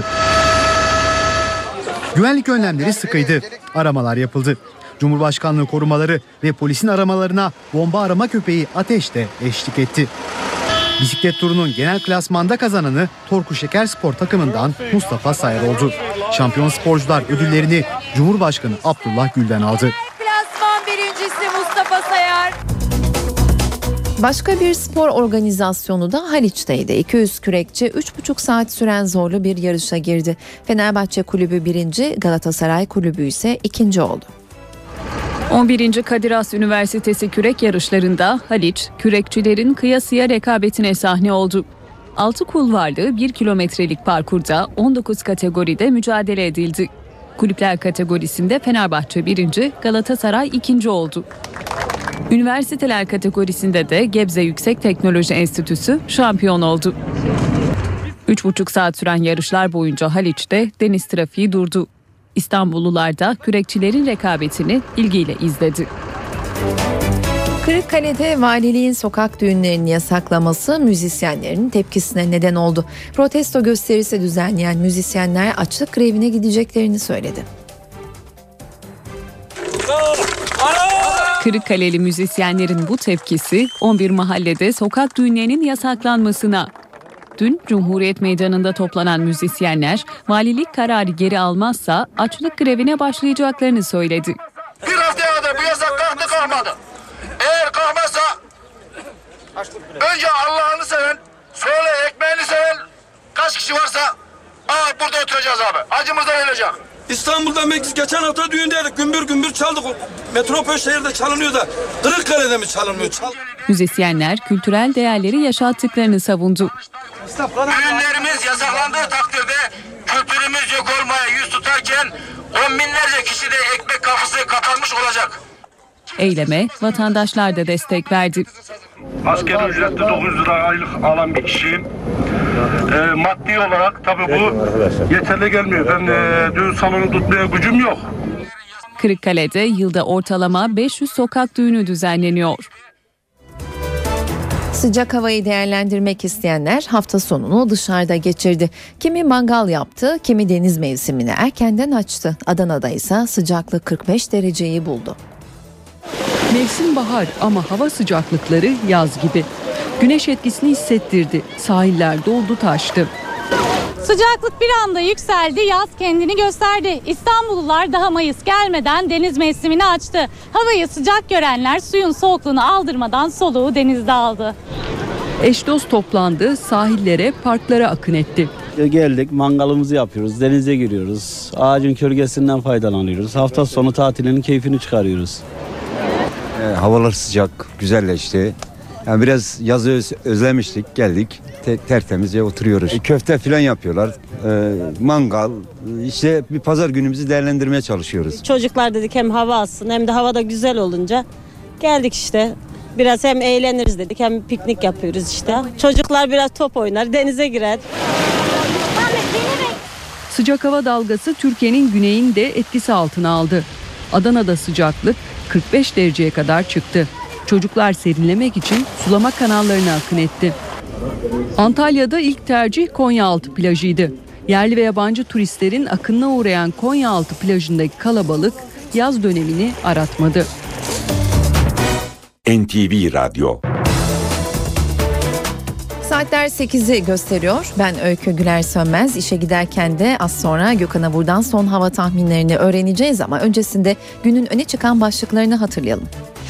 Güvenlik önlemleri sıkıydı. Aramalar yapıldı. Cumhurbaşkanlığı korumaları ve polisin aramalarına bomba arama köpeği Ateş de eşlik etti. Bisiklet turunun genel klasmanda kazananı Torku Şeker Spor takımından Mustafa Sayar oldu. Şampiyon sporcular ödüllerini Cumhurbaşkanı Abdullah Gül'den aldı. Klasman birincisi Mustafa Sayar. Başka bir spor organizasyonu da Haliç'teydi. iki yüz kürekçi üç buçuk saat süren zorlu bir yarışa girdi. Fenerbahçe kulübü birinci, Galatasaray kulübü ise ikinci oldu. on birinci Kadir Has Üniversitesi kürek yarışlarında Haliç, kürekçilerin kıyasıya rekabetine sahne oldu. altı kulvarlı bir kilometrelik parkurda on dokuz kategoride mücadele edildi. Kulüpler kategorisinde Fenerbahçe birinci, Galatasaray ikinci oldu. Üniversiteler kategorisinde de Gebze Yüksek Teknoloji Enstitüsü şampiyon oldu. üç buçuk saat süren yarışlar boyunca Haliç'te deniz trafiği durdu. İstanbullular da kürekçilerin rekabetini ilgiyle izledi. Kırıkkale'de valiliğin sokak düğünlerini yasaklaması müzisyenlerin tepkisine neden oldu. Protesto gösterisi düzenleyen müzisyenler açlık grevine gideceklerini söyledi. Kırıkkaleli müzisyenlerin bu tepkisi on bir mahallede sokak düğünlerinin yasaklanmasına. Dün Cumhuriyet Meydanı'nda toplanan müzisyenler valilik kararı geri almazsa açlık grevine başlayacaklarını söyledi. Bir haftaya kadar bu yasak kalktı kalkmadı. Eğer kalkmazsa önce Allah'ını seven, sonra ekmeğini seven kaç kişi varsa aa burada oturacağız abi. Acımızdan ölecek. İstanbul'da biz geçen hafta düğündeydik. Gümbür gümbür çaldık. Metropol şehirde çalınıyor da Kırıkkale'de mi çalınmıyor? Çal- Müzisyenler kültürel değerleri yaşattıklarını savundu. Düğünlerimiz yasaklandığı takdirde kültürümüz yok olmaya yüz tutarken on binlerce kişi de ekmek kapısı kapanmış olacak. Eyleme vatandaşlar da destek verdi. Asgari ücretli dokuz yüz lira aylık alan bir kişiyim. E, maddi olarak tabii bu yeterli gelmiyor. Ben e, düğün salonu tutmaya gücüm yok. Kırıkkale'de yılda ortalama beş yüz sokak düğünü düzenleniyor. Sıcak havayı değerlendirmek isteyenler hafta sonunu dışarıda geçirdi. Kimi mangal yaptı, kimi deniz mevsimini erkenden açtı. Adana'da ise sıcaklık kırk beş dereceyi buldu. Mevsim bahar ama hava sıcaklıkları yaz gibi. Güneş etkisini hissettirdi. Sahiller doldu taştı. Sıcaklık bir anda yükseldi, yaz kendini gösterdi. İstanbullular daha Mayıs gelmeden deniz mevsimini açtı. Havayı sıcak görenler suyun soğukluğunu aldırmadan soluğu denizde aldı. Eş dost toplandı, sahillere, parklara akın etti. Geldik, mangalımızı yapıyoruz, denize giriyoruz, ağacın gölgesinden faydalanıyoruz. Hafta sonu tatilinin keyfini çıkarıyoruz. E, havalar sıcak, güzelleşti. Yani biraz yazı öz- özlemiştik, geldik. Te- tertemizce oturuyoruz. E, köfte falan yapıyorlar, e, mangal. İşte bir pazar günümüzü değerlendirmeye çalışıyoruz. Çocuklar dedik hem hava alsın hem de hava da güzel olunca geldik işte. Biraz hem eğleniriz dedik hem piknik yapıyoruz işte. Çocuklar biraz top oynar, denize girer. Sıcak hava dalgası Türkiye'nin güneyini de etkisi altına aldı. Adana'da sıcaklık kırk beş dereceye kadar çıktı. Çocuklar serinlemek için sulama kanallarına akın etti. Antalya'da ilk tercih Konyaaltı plajıydı. Yerli ve yabancı turistlerin akınına uğrayan Konyaaltı plajındaki kalabalık yaz dönemini aratmadı. N T V Radyo. Saatler sekizi gösteriyor. Ben Öykü Güler Sönmez. İşe giderken de az sonra Gökhan Avur'dan son hava tahminlerini öğreneceğiz ama öncesinde günün öne çıkan başlıklarını hatırlayalım.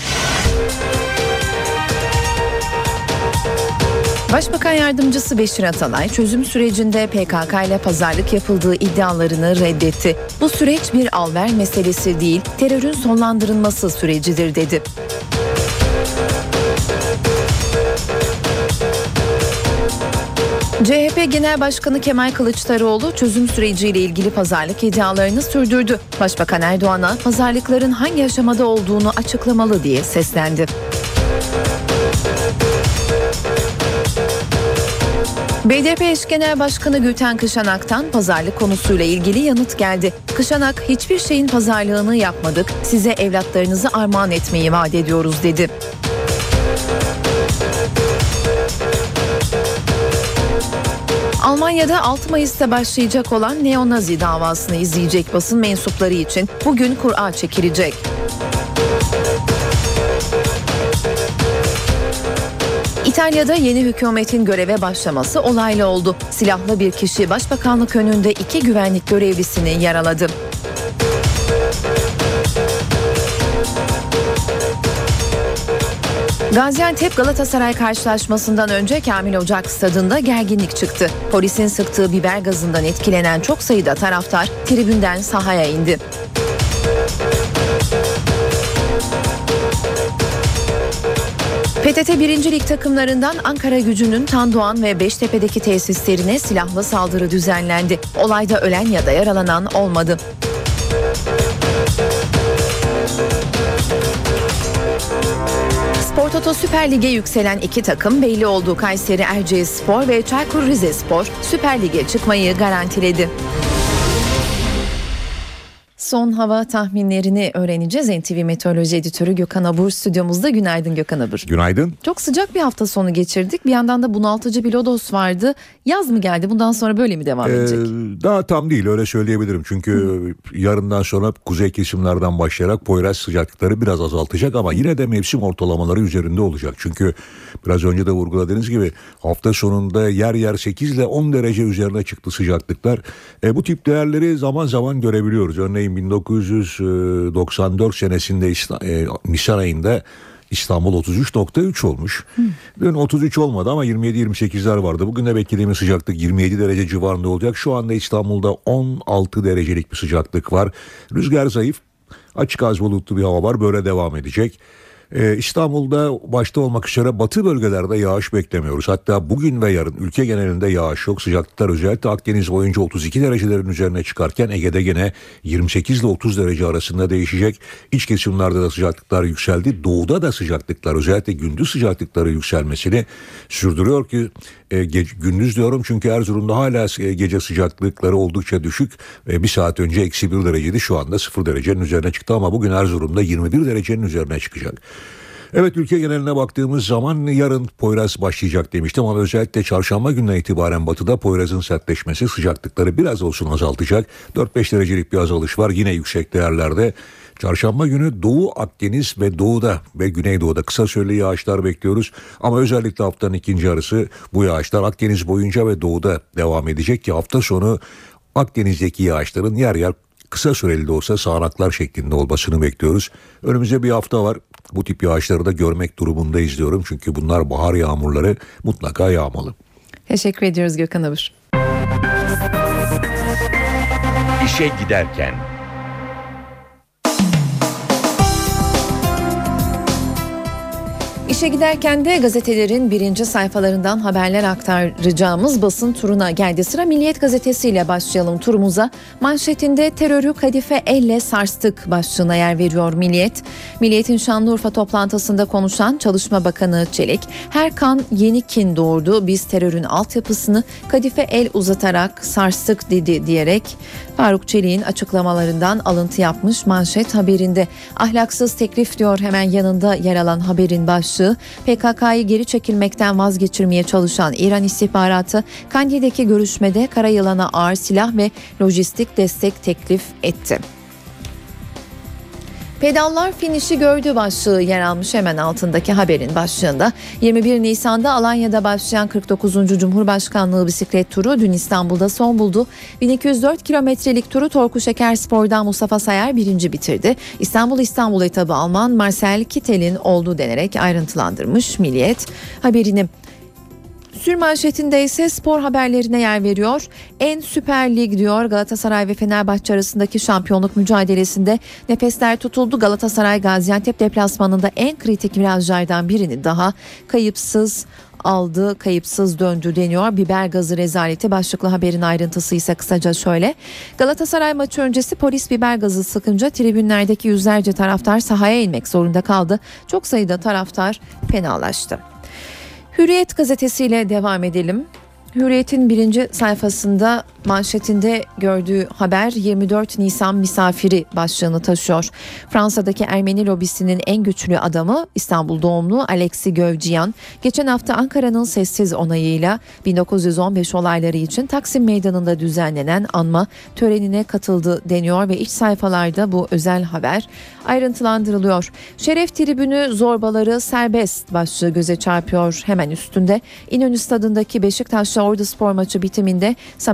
Başbakan Yardımcısı Beşir Atalay çözüm sürecinde P K K ile pazarlık yapıldığı iddialarını reddetti. Bu süreç bir al-ver meselesi değil, terörün sonlandırılması sürecidir dedi. C H P Genel Başkanı Kemal Kılıçdaroğlu çözüm süreciyle ilgili pazarlık iddialarını sürdürdü. Başbakan Erdoğan'a pazarlıkların hangi aşamada olduğunu açıklamalı diye seslendi. B D P eş Genel Başkanı Gülten Kışanak'tan pazarlık konusuyla ilgili yanıt geldi. Kışanak, hiçbir şeyin pazarlığını yapmadık, size evlatlarınızı armağan etmeyi vaat ediyoruz dedi. Almanya'da altı Mayıs'ta başlayacak olan neonazi davasını izleyecek basın mensupları için bugün kura çekilecek. İtalya'da yeni hükümetin göreve başlaması olaylı oldu. Silahlı bir kişi başbakanlık önünde iki güvenlik görevlisini yaraladı. Gaziantep Galatasaray karşılaşmasından önce Kamil Ocak stadında gerginlik çıktı. Polisin sıktığı biber gazından etkilenen çok sayıda taraftar tribünden sahaya indi. P T T birinci Lig takımlarından Ankaragücü'nün Tandoğan ve Beştepe'deki tesislerine silahlı saldırı düzenlendi. Olayda ölen ya da yaralanan olmadı. Spor Toto Süper Lig'e yükselen iki takım belli oldu. Kayseri Erciyesspor ve Çaykur Rizespor Süper Lig'e çıkmayı garantiledi. Son hava tahminlerini öğreneceğiz. N T V Meteoroloji Editörü Gökhan Abur stüdyomuzda. Günaydın Gökhan Abur. Günaydın. Çok sıcak bir hafta sonu geçirdik. Bir yandan da bunaltıcı bir lodos vardı. Yaz mı geldi? Bundan sonra böyle mi devam edecek? Ee, daha tam değil, öyle söyleyebilirim. Çünkü Hı. yarından sonra kuzey kesimlerden başlayarak Poyraz sıcaklıkları biraz azaltacak ama yine de mevsim ortalamaları üzerinde olacak. Çünkü biraz önce de vurguladığınız gibi hafta sonunda yer yer sekiz ile on derece üzerine çıktı sıcaklıklar. E, bu tip değerleri zaman zaman görebiliyoruz. Örneğin bin dokuz yüz doksan dört senesinde e, Nisan ayında İstanbul otuz üç nokta üç olmuş. Hı. Dün otuz üç olmadı ama yirmi yedi yirmi sekizler vardı. Bugün de beklediğimiz sıcaklık yirmi yedi derece civarında olacak. Şu anda İstanbul'da on altı derecelik bir sıcaklık var. Rüzgar zayıf, açık az bulutlu bir hava var. Böyle devam edecek. Ee, İstanbul'da başta olmak üzere batı bölgelerde yağış beklemiyoruz. Hatta bugün ve yarın ülke genelinde yağış yok. Sıcaklıklar özellikle Akdeniz boyunca otuz iki derecelerin üzerine çıkarken Ege'de gene yirmi sekiz ile otuz derece arasında değişecek. İç kesimlerde de sıcaklıklar yükseldi. Doğuda da sıcaklıklar, özellikle gündüz sıcaklıkları yükselmesini sürdürüyor ki e, ge- gündüz diyorum çünkü Erzurum'da hala e, gece sıcaklıkları oldukça düşük. E, bir saat önce eksi bir dereceydi, şu anda sıfır derecenin üzerine çıktı ama bugün Erzurum'da yirmi bir derecenin üzerine çıkacak. Evet, ülke geneline baktığımız zaman yarın Poyraz başlayacak demiştim ama özellikle çarşamba gününe itibaren batıda Poyraz'ın sertleşmesi sıcaklıkları biraz olsun azaltacak. dört beş derecelik bir azalış var yine yüksek değerlerde. Çarşamba günü Doğu Akdeniz ve Doğu'da ve Güneydoğu'da kısa süreli yağışlar bekliyoruz. Ama özellikle haftanın ikinci yarısı bu yağışlar Akdeniz boyunca ve Doğu'da devam edecek ki hafta sonu Akdeniz'deki yağışların yer yer kısa süreli de olsa sağanaklar şeklinde olmasını bekliyoruz. Önümüzde bir hafta var. Bu tip yağışları da görmek durumundayız diyorum. Çünkü bunlar bahar yağmurları, mutlaka yağmalı. Teşekkür ediyoruz Gökhan Abur. İşe giderken. İşe giderken de gazetelerin birinci sayfalarından haberler aktaracağımız basın turuna geldi sıra. Milliyet gazetesiyle başlayalım turumuza. Manşetinde terörü kadife elle sarstık başlığına yer veriyor Milliyet. Milliyet'in Şanlıurfa toplantısında konuşan Çalışma Bakanı Çelik, her kan yeni kin doğurdu, biz terörün altyapısını kadife el uzatarak sarstık dedi diyerek Faruk Çelik'in açıklamalarından alıntı yapmış manşet haberinde. Ahlaksız teklif diyor hemen yanında yer alan haberin başlığı. P K K'yı geri çekilmekten vazgeçirmeye çalışan İran istihbaratı Kandil'deki görüşmede Karayılan'a ağır silah ve lojistik destek teklif etti. Pedallar finişi gördü başlığı yer almış hemen altındaki haberin başlığında. yirmi bir Nisan'da Alanya'da başlayan kırk dokuzuncu Cumhurbaşkanlığı bisiklet turu dün İstanbul'da son buldu. bin iki yüz dört kilometrelik turu Torku Şekerspor'dan Mustafa Sayar birinci bitirdi. İstanbul İstanbul etabı Alman Marcel Kittel'in olduğu denerek ayrıntılandırmış Milliyet haberini. Sürmanşetinde ise spor haberlerine yer veriyor. En Süper Lig diyor, Galatasaray ve Fenerbahçe arasındaki şampiyonluk mücadelesinde nefesler tutuldu. Galatasaray Gaziantep deplasmanında en kritik virajlardan birini daha kayıpsız aldı, kayıpsız döndü deniyor. Biber gazı rezaleti başlıklı haberin ayrıntısı ise kısaca şöyle. Galatasaray maçı öncesi polis biber gazı sıkınca tribünlerdeki yüzlerce taraftar sahaya inmek zorunda kaldı. Çok sayıda taraftar fenalaştı. Hürriyet gazetesiyle devam edelim. Hürriyet'in birinci sayfasında manşetinde gördüğü haber yirmi dört Nisan misafiri başlığını taşıyor. Fransa'daki Ermeni lobisinin en güçlü adamı İstanbul doğumlu Alexis Gövciyan geçen hafta Ankara'nın sessiz onayıyla bin dokuz yüz on beş olayları için Taksim Meydanı'nda düzenlenen anma törenine katıldı deniyor ve iç sayfalarda bu özel haber ayrıntılandırılıyor. Şeref tribünü zorbaları serbest başlığı göze çarpıyor hemen üstünde. İnönü Stadı'ndaki Beşiktaş'la Orduspor maçı bitiminde Samet Aybaba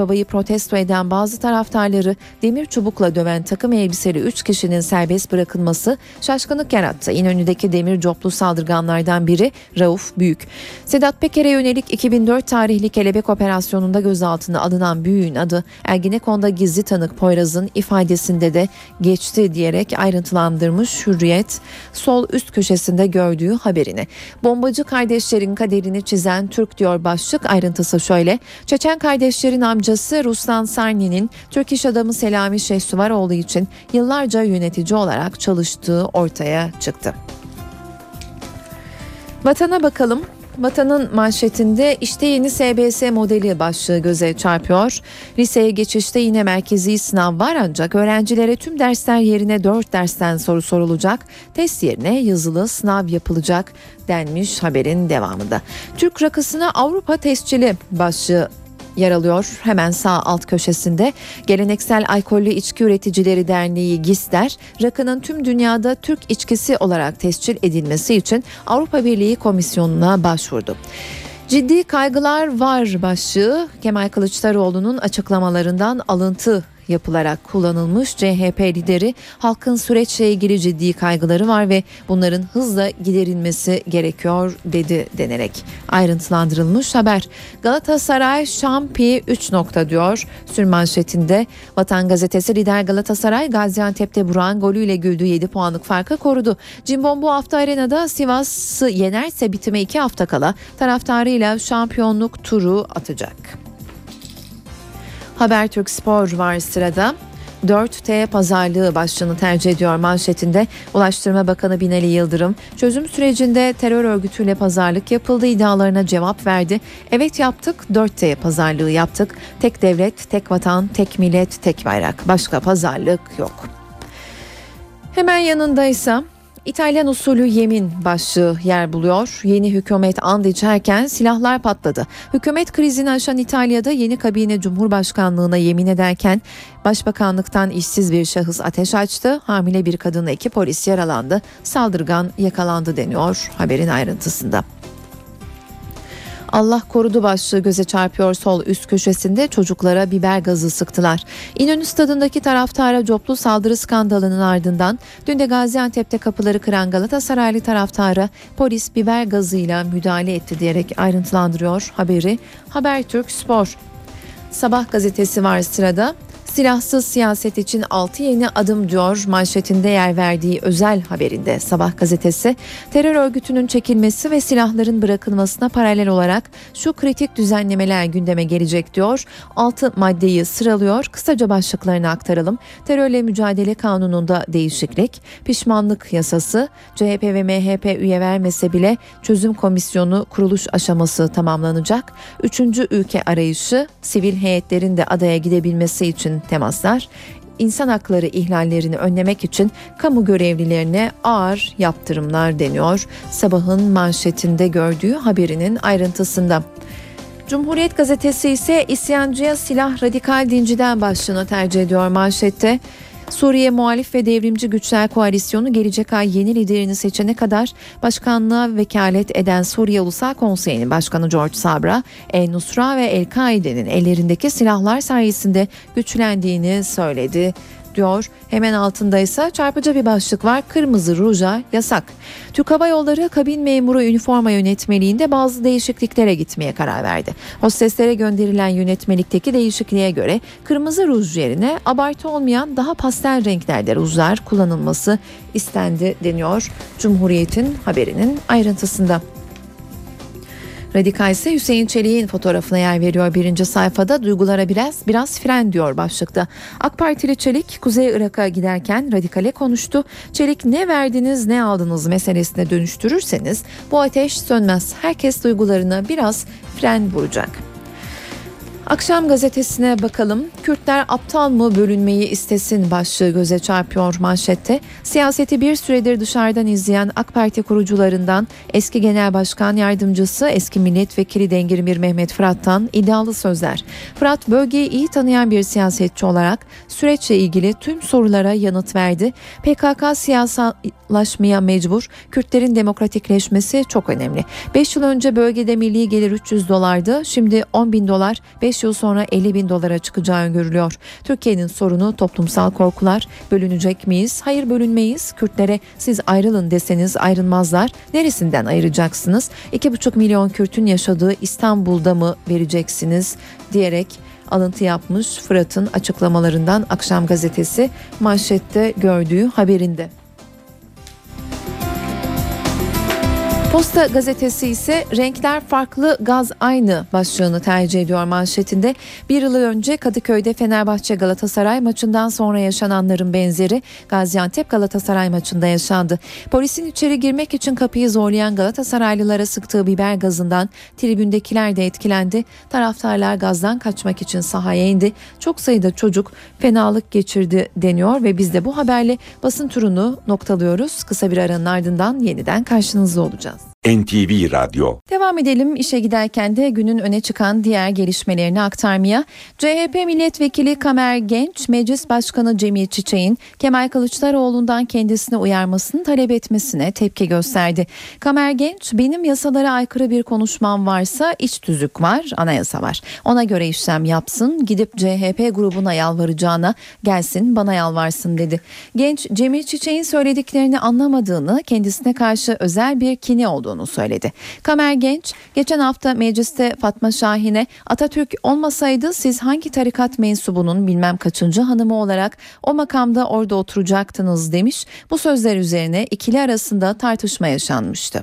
Baba'yı protesto eden bazı taraftarları demir çubukla döven takım elbiseli üç kişinin serbest bırakılması şaşkınlık yarattı. İnönü'deki demir coplu saldırganlardan biri Rauf Büyük. Sedat Peker'e yönelik iki bin dört tarihli Kelebek operasyonunda gözaltına alınan Büyük'ün adı Ergenekon'da gizli tanık Poyraz'ın ifadesinde de geçti diyerek ayrıntılandırmış Hürriyet sol üst köşesinde gördüğü haberini. Bombacı kardeşlerin kaderini çizen Türk diyor başlık. Ayrıntısı şöyle: Çeçen kardeşlerin amcası Ruslan Sarni'nin Türk iş adamı Selami Şehsuvaroğlu için yıllarca yönetici olarak çalıştığı ortaya çıktı. Vatana bakalım. Vatanın manşetinde işte yeni S B S modeli başlığı göze çarpıyor. Liseye geçişte yine merkezi sınav var ancak öğrencilere tüm dersler yerine dört dersten soru sorulacak. Test yerine yazılı sınav yapılacak denmiş haberin devamında. Türk rakısına Avrupa tescili başlığı yer alıyor. Hemen sağ alt köşesinde Geleneksel Alkollü İçki Üreticileri Derneği GİSDER, rakının tüm dünyada Türk içkisi olarak tescil edilmesi için Avrupa Birliği Komisyonu'na başvurdu. Ciddi kaygılar var başlığı Kemal Kılıçdaroğlu'nun açıklamalarından alıntı yapılarak kullanılmış. C H P lideri halkın süreçle ilgili ciddi kaygıları var ve bunların hızla giderilmesi gerekiyor dedi denerek ayrıntılandırılmış haber. Galatasaray şampi üç nokta diyor sürmanşetinde. Vatan Gazetesi lider Galatasaray Gaziantep'te Burak'ın golüyle güldüğü yedi puanlık farkı korudu. Cimbom bu hafta arenada Sivas'ı yenerse bitime iki hafta kala taraftarıyla şampiyonluk turu atacak. Habertürk Spor var sırada. dört T pazarlığı başlığını tercih ediyor manşetinde. Ulaştırma Bakanı Binali Yıldırım çözüm sürecinde terör örgütüyle pazarlık yapıldığı iddialarına cevap verdi. Evet yaptık, dört T pazarlığı yaptık. Tek devlet, tek vatan, tek millet, tek bayrak. Başka pazarlık yok. Hemen yanındaysa İtalyan usulü yemin başlığı yer buluyor. Yeni hükümet and içerken silahlar patladı. Hükümet krizini aşan İtalya'da yeni kabine Cumhurbaşkanlığına yemin ederken Başbakanlıktan işsiz bir şahıs ateş açtı. Hamile bir kadınla iki polis yaralandı. Saldırgan yakalandı deniyor haberin ayrıntısında. Allah korudu başlığı göze çarpıyor sol üst köşesinde. Çocuklara biber gazı sıktılar. İnönü Stadı'ndaki taraftara coplu saldırı skandalının ardından dün de Gaziantep'te kapıları kıran Galatasaraylı taraftara polis biber gazıyla müdahale etti diyerek ayrıntılandırıyor haberi Habertürk Spor. Sabah gazetesi var sırada. Silahsız siyaset için altı yeni adım diyor manşetinde yer verdiği özel haberinde Sabah gazetesi. Terör örgütünün çekilmesi ve silahların bırakılmasına paralel olarak şu kritik düzenlemeler gündeme gelecek diyor. altı maddeyi sıralıyor. Kısaca başlıklarını aktaralım. Terörle mücadele kanununda değişiklik, pişmanlık yasası, C H P ve M H P üye vermese bile çözüm komisyonu kuruluş aşaması tamamlanacak. Üçüncü ülke arayışı, sivil heyetlerin de adaya gidebilmesi için temaslar, insan hakları ihlallerini önlemek için kamu görevlilerine ağır yaptırımlar deniyor. Sabahın manşetinde gördüğü haberinin ayrıntısında. Cumhuriyet gazetesi ise isyancıya silah radikal dinciden başlığını tercih ediyor manşette. Suriye Muhalif ve Devrimci Güçler Koalisyonu gelecek ay yeni liderini seçene kadar başkanlığa vekalet eden Suriye Ulusal Konseyi'nin başkanı George Sabra, El-Nusra ve El-Kaide'nin ellerindeki silahlar sayesinde güçlendiğini söyledi diyor. Hemen altında ise çarpıcı bir başlık var. Kırmızı ruja yasak. Türk Hava Yolları kabin memuru üniforma yönetmeliğinde bazı değişikliklere gitmeye karar verdi. Hosteslere gönderilen yönetmelikteki değişikliğe göre kırmızı ruj yerine abartı olmayan daha pastel renklerde rujlar kullanılması istendi deniyor Cumhuriyet'in haberinin ayrıntısında. Radikal ise Hüseyin Çelik'in fotoğrafına yer veriyor birinci sayfada. Duygulara biraz biraz fren diyor başlıkta. AK Partili Çelik Kuzey Irak'a giderken Radikal'e konuştu. Çelik ne verdiniz ne aldınız meselesine dönüştürürseniz bu ateş sönmez. Herkes duygularına biraz fren vuracak. Akşam gazetesine bakalım. Kürtler aptal mı bölünmeyi istesin başlığı göze çarpıyor manşette. Siyaseti bir süredir dışarıdan izleyen AK Parti kurucularından eski Genel Başkan Yardımcısı eski Milletvekili Dengirmir Mehmet Fırat'tan iddialı sözler. Fırat bölgeyi iyi tanıyan bir siyasetçi olarak süreçle ilgili tüm sorulara yanıt verdi. P K K siyasallaşmaya mecbur. Kürtlerin demokratikleşmesi çok önemli. beş yıl önce bölgede milli gelir üç yüz dolardı. Şimdi on bin dolar. beş beş yıl sonra elli bin dolara çıkacağı öngörülüyor. Türkiye'nin sorunu toplumsal korkular. Bölünecek miyiz? Hayır, bölünmeyiz. Kürtlere siz ayrılın deseniz ayrılmazlar. Neresinden ayıracaksınız? iki buçuk milyon Kürt'ün yaşadığı İstanbul'da mı vereceksiniz diyerek alıntı yapmış Fırat'ın açıklamalarından Akşam Gazetesi manşette gördüğü haberinde. Posta Gazetesi ise renkler farklı, gaz aynı başlığını tercih ediyor manşetinde. Bir yıl önce Kadıköy'de Fenerbahçe Galatasaray maçından sonra yaşananların benzeri Gaziantep Galatasaray maçında yaşandı. Polisin içeri girmek için kapıyı zorlayan Galatasaraylılara sıktığı biber gazından tribündekiler de etkilendi. Taraftarlar gazdan kaçmak için sahaya indi. Çok sayıda çocuk fenalık geçirdi deniyor ve biz de bu haberle basın turunu noktalıyoruz. Kısa bir aranın ardından yeniden karşınızda olacağız. N T V Radyo. Devam edelim işe giderken de günün öne çıkan diğer gelişmelerini aktarmaya. C H P Milletvekili Kamer Genç, Meclis Başkanı Cemil Çiçek'in Kemal Kılıçdaroğlu'ndan kendisini uyarmasını talep etmesine tepki gösterdi. Kamer Genç, benim yasalara aykırı bir konuşmam varsa iç tüzük var, anayasa var. Ona göre işlem yapsın, gidip C H P grubuna yalvaracağına gelsin bana yalvarsın dedi. Genç, Cemil Çiçek'in söylediklerini anlamadığını, kendisine karşı özel bir kini olduğunu söyledi. Kamer Genç, geçen hafta mecliste Fatma Şahin'e Atatürk olmasaydı siz hangi tarikat mensubunun bilmem kaçıncı hanımı olarak o makamda orada oturacaktınız demiş. Bu sözler üzerine ikili arasında tartışma yaşanmıştı.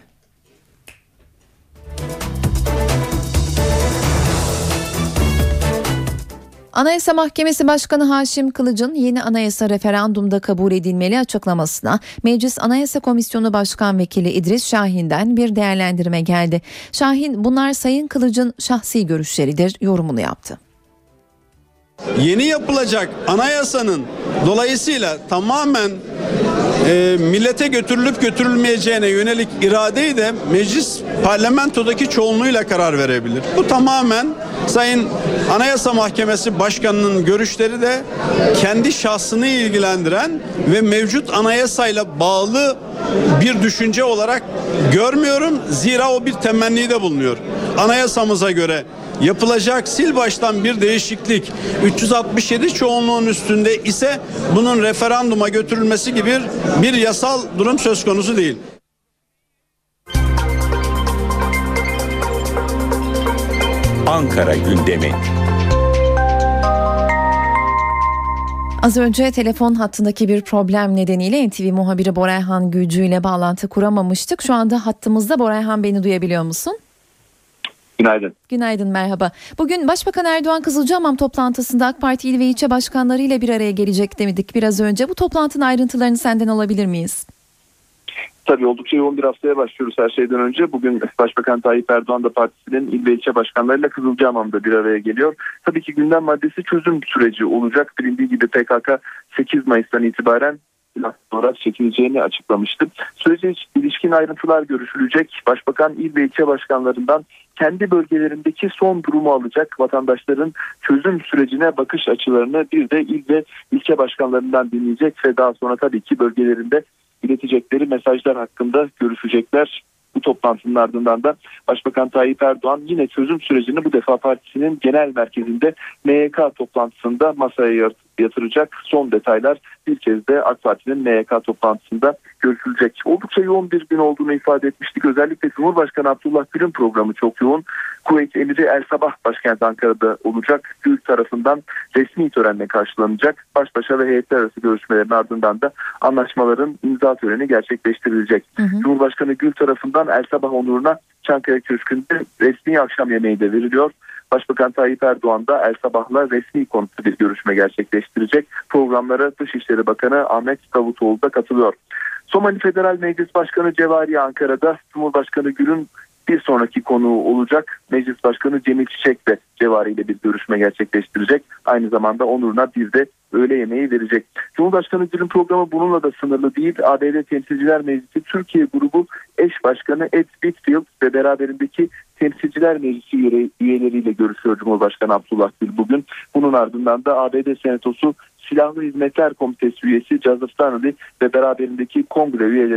Anayasa Mahkemesi Başkanı Haşim Kılıç'ın yeni anayasa referandumda kabul edilmeli açıklamasına Meclis Anayasa Komisyonu Başkan Vekili İdris Şahin'den bir değerlendirme geldi. Şahin, bunlar Sayın Kılıç'ın şahsi görüşleridir yorumunu yaptı. Yeni yapılacak anayasanın dolayısıyla tamamen e, millete götürülüp götürülmeyeceğine yönelik iradeyi de meclis parlamentodaki çoğunluğuyla karar verebilir. Bu tamamen Sayın Anayasa Mahkemesi Başkanı'nın görüşleri de kendi şahsını ilgilendiren ve mevcut anayasayla bağlı bir düşünce olarak görmüyorum. Zira o bir temennide bulunuyor. Anayasamıza göre yapılacak sil baştan bir değişiklik üç yüz altmış yedi çoğunluğun üstünde ise bunun referanduma götürülmesi gibi bir, bir yasal durum söz konusu değil. Ankara gündemi. Az önce telefon hattındaki bir problem nedeniyle N T V muhabiri Borayhan Gülcü ile bağlantı kuramamıştık. Şu anda hattımızda. Borayhan, beni duyabiliyor musun? Günaydın. Günaydın, merhaba. Bugün Başbakan Erdoğan Kızılcahamam toplantısında AK Parti il ve ilçe başkanları ile bir araya gelecek dedik biraz önce. Bu toplantının ayrıntılarını senden alabilir miyiz? Tabii oldukça yoğun bir haftaya başlıyoruz her şeyden önce. Bugün Başbakan Tayyip Erdoğan da partisinin il ve ilçe başkanlarıyla Kızılcahamam'da bir araya geliyor. Tabii ki gündem maddesi çözüm süreci olacak. Bilindiği gibi P K K sekiz Mayıs'tan itibaren olarak çekileceğini açıklamıştı. Sürece ilişkin ayrıntılar görüşülecek. Başbakan il ve ilçe başkanlarından kendi bölgelerindeki son durumu alacak, vatandaşların çözüm sürecine bakış açılarını bir de il ve ilçe başkanlarından dinleyecek ve daha sonra tabii ki bölgelerinde iletecekleri mesajlar hakkında görüşecekler. Bu toplantının ardından da Başbakan Tayyip Erdoğan yine çözüm sürecini bu defa partisinin genel merkezinde M Y K toplantısında masaya yatıracak. Son detaylar bir kez de AK Parti'nin M Y K toplantısında görüşülecek. Oldukça yoğun bir gün olduğunu ifade etmiştik. Özellikle Cumhurbaşkanı Abdullah Gül'ün programı çok yoğun. Kuveyt Emiri El Sabah başkent Ankara'da olacak. Gül tarafından resmi törenle karşılanacak. Baş başa ve heyetler arası görüşmelerin ardından da anlaşmaların imza töreni gerçekleştirilecek. Hı hı. Cumhurbaşkanı Gül tarafından El Sabah onuruna Çankaya Köşkü'nde resmi akşam yemeği de veriliyor. Başbakan Tayyip Erdoğan da El Sabah'la resmi konuştu bir görüşme gerçekleştirecek. Programlara Dışişleri Bakanı Ahmet Davutoğlu da katılıyor. Somali Federal Meclis Başkanı Cevari Ankara'da, Cumhurbaşkanı Gül'ün bir sonraki konuğu olacak. Meclis Başkanı Cemil Çiçek de Cevari ile bir görüşme gerçekleştirecek. Aynı zamanda onuruna bir de öğle yemeği verecek. Cumhurbaşkanı Gül'ün programı bununla da sınırlı değil. A B D Temsilciler Meclisi Türkiye Grubu eş başkanı Ed Whitfield ve beraberindeki Temsilciler Meclisi üyeleriyle görüşüyor Cumhurbaşkanı Abdullah Gül bugün. Bunun ardından da A B D Senatosu Silahlı Hizmetler Komitesi üyesi Joseph Donnelly ve beraberindeki kongre üyelerini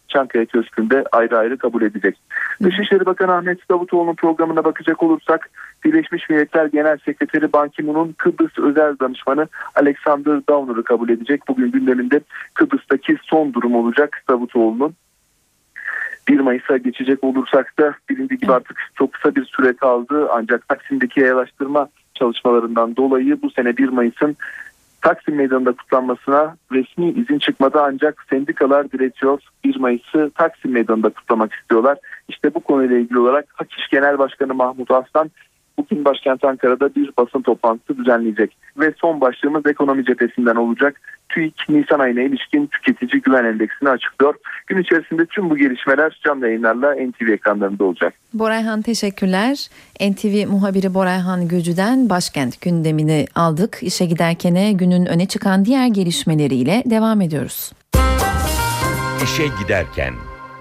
Çankaya Köşkü'nde ayrı ayrı kabul edecek. Dışişleri Bakanı Ahmet Davutoğlu'nun programına bakacak olursak Birleşmiş Milletler Genel Sekreteri Ban Ki-moon'un Kıbrıs özel danışmanı Alexander Downer'ı kabul edecek. Bugün gündeminde Kıbrıs'taki son durum olacak Davutoğlu'nun. bir Mayıs'a geçecek olursak da bilindiği gibi artık çok kısa bir süre kaldı. Ancak Taksim'deki yayalaştırma çalışmalarından dolayı bu sene bir Mayıs'ın Taksim Meydanı'nda kutlanmasına resmi izin çıkmadı, ancak sendikalar diretiyor. bir Mayıs'ı Taksim Meydanı'nda kutlamak istiyorlar. İşte bu konuyla ilgili olarak Hak İş Genel Başkanı Mahmut Aslan bugün başkent Ankara'da bir basın toplantısı düzenleyecek. Ve son başlığımız ekonomi cephesinden olacak. TÜİK Nisan ayına ilişkin tüketici güven endeksini açıklıyor. Gün içerisinde tüm bu gelişmeler canlı yayınlarla N T V ekranlarında olacak. Borayhan teşekkürler. N T V muhabiri Borayhan Göcü'den başkent gündemini aldık. İşe giderkene günün öne çıkan diğer gelişmeleriyle devam ediyoruz. İşe giderken.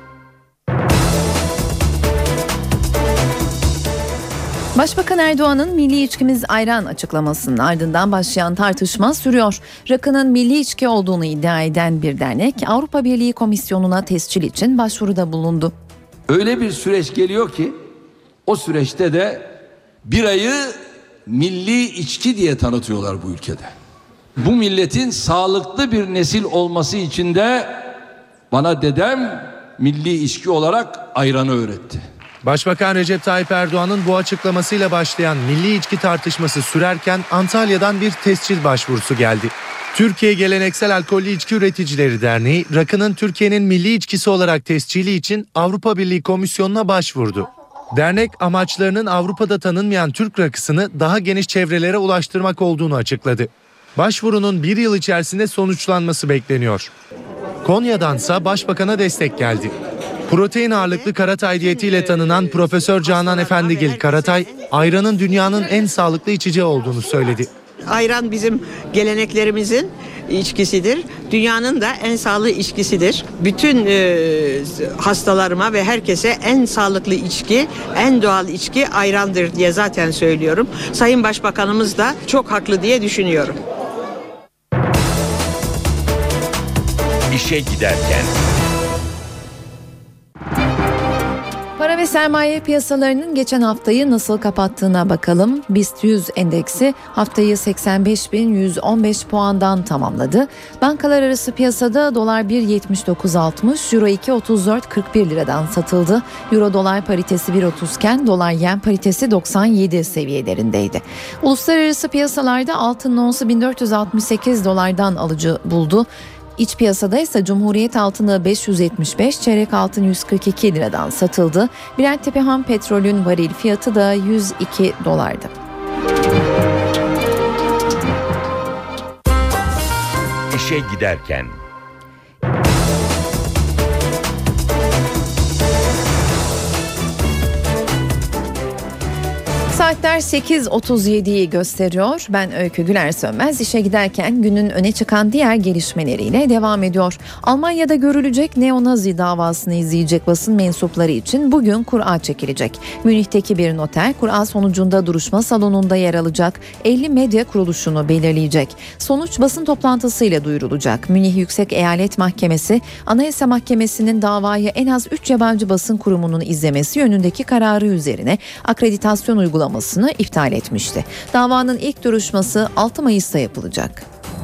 Başbakan Erdoğan'ın milli içkimiz ayran açıklamasının ardından başlayan tartışma sürüyor. Rakının milli içki olduğunu iddia eden bir dernek Avrupa Birliği Komisyonu'na tescil için başvuruda bulundu. Öyle bir süreç geliyor ki o süreçte de birayı milli içki diye tanıtıyorlar bu ülkede. Bu milletin sağlıklı bir nesil olması için de bana dedem milli içki olarak ayranı öğretti. Başbakan Recep Tayyip Erdoğan'ın bu açıklamasıyla başlayan milli içki tartışması sürerken Antalya'dan bir tescil başvurusu geldi. Türkiye Geleneksel Alkollü İçki Üreticileri Derneği, rakının Türkiye'nin milli içkisi olarak tescili için Avrupa Birliği Komisyonu'na başvurdu. Dernek amaçlarının Avrupa'da tanınmayan Türk rakısını daha geniş çevrelere ulaştırmak olduğunu açıkladı. Başvurunun bir yıl içerisinde sonuçlanması bekleniyor. Konya'dansa Başbakan'a destek geldi. Protein ağırlıklı Karatay diyetiyle tanınan Profesör Canan Efendigil Karatay, ayranın dünyanın en sağlıklı içeceği olduğunu söyledi. Ayran bizim geleneklerimizin içkisidir. Dünyanın da en sağlıklı içkisidir. Bütün e, hastalarıma ve herkese en sağlıklı içki, en doğal içki ayrandır diye zaten söylüyorum. Sayın Başbakanımız da çok haklı diye düşünüyorum. İşe giderken. Para ve sermaye piyasalarının geçen haftayı nasıl kapattığına bakalım. BIST yüz endeksi haftayı seksen beş bin yüz on beş puandan tamamladı. Bankalar arası piyasada dolar bir virgül yetmiş dokuz altmış, euro iki virgül otuz dört kırk bir liradan satıldı. Euro dolar paritesi bir virgül otuz iken dolar yen paritesi doksan yedi seviyelerindeydi. Uluslararası piyasalarda altının onsu bin dört yüz altmış sekiz dolardan alıcı buldu. İç piyasada ise Cumhuriyet altını beş yüz yetmiş beş, çeyrek altın yüz kırk iki liradan satıldı. Brent tepe ham petrolün varil fiyatı da yüz iki dolardı. İşe giderken. Saatler sekiz otuz yediyi gösteriyor. Ben Öykü Güler Sönmez. İşe giderken günün öne çıkan diğer gelişmeleriyle devam ediyor. Almanya'da görülecek neonazi davasını izleyecek basın mensupları için bugün kura çekilecek. Münih'teki bir noter kura sonucunda duruşma salonunda yer alacak, elli medya kuruluşunu belirleyecek. Sonuç basın toplantısıyla duyurulacak. Münih Yüksek Eyalet Mahkemesi, Anayasa Mahkemesi'nin davayı en az üç yabancı basın kurumunun izlemesi yönündeki kararı üzerine akreditasyon uygulaması iptal etmişti. Davanın ilk duruşması altı Mayıs'ta yapılacak.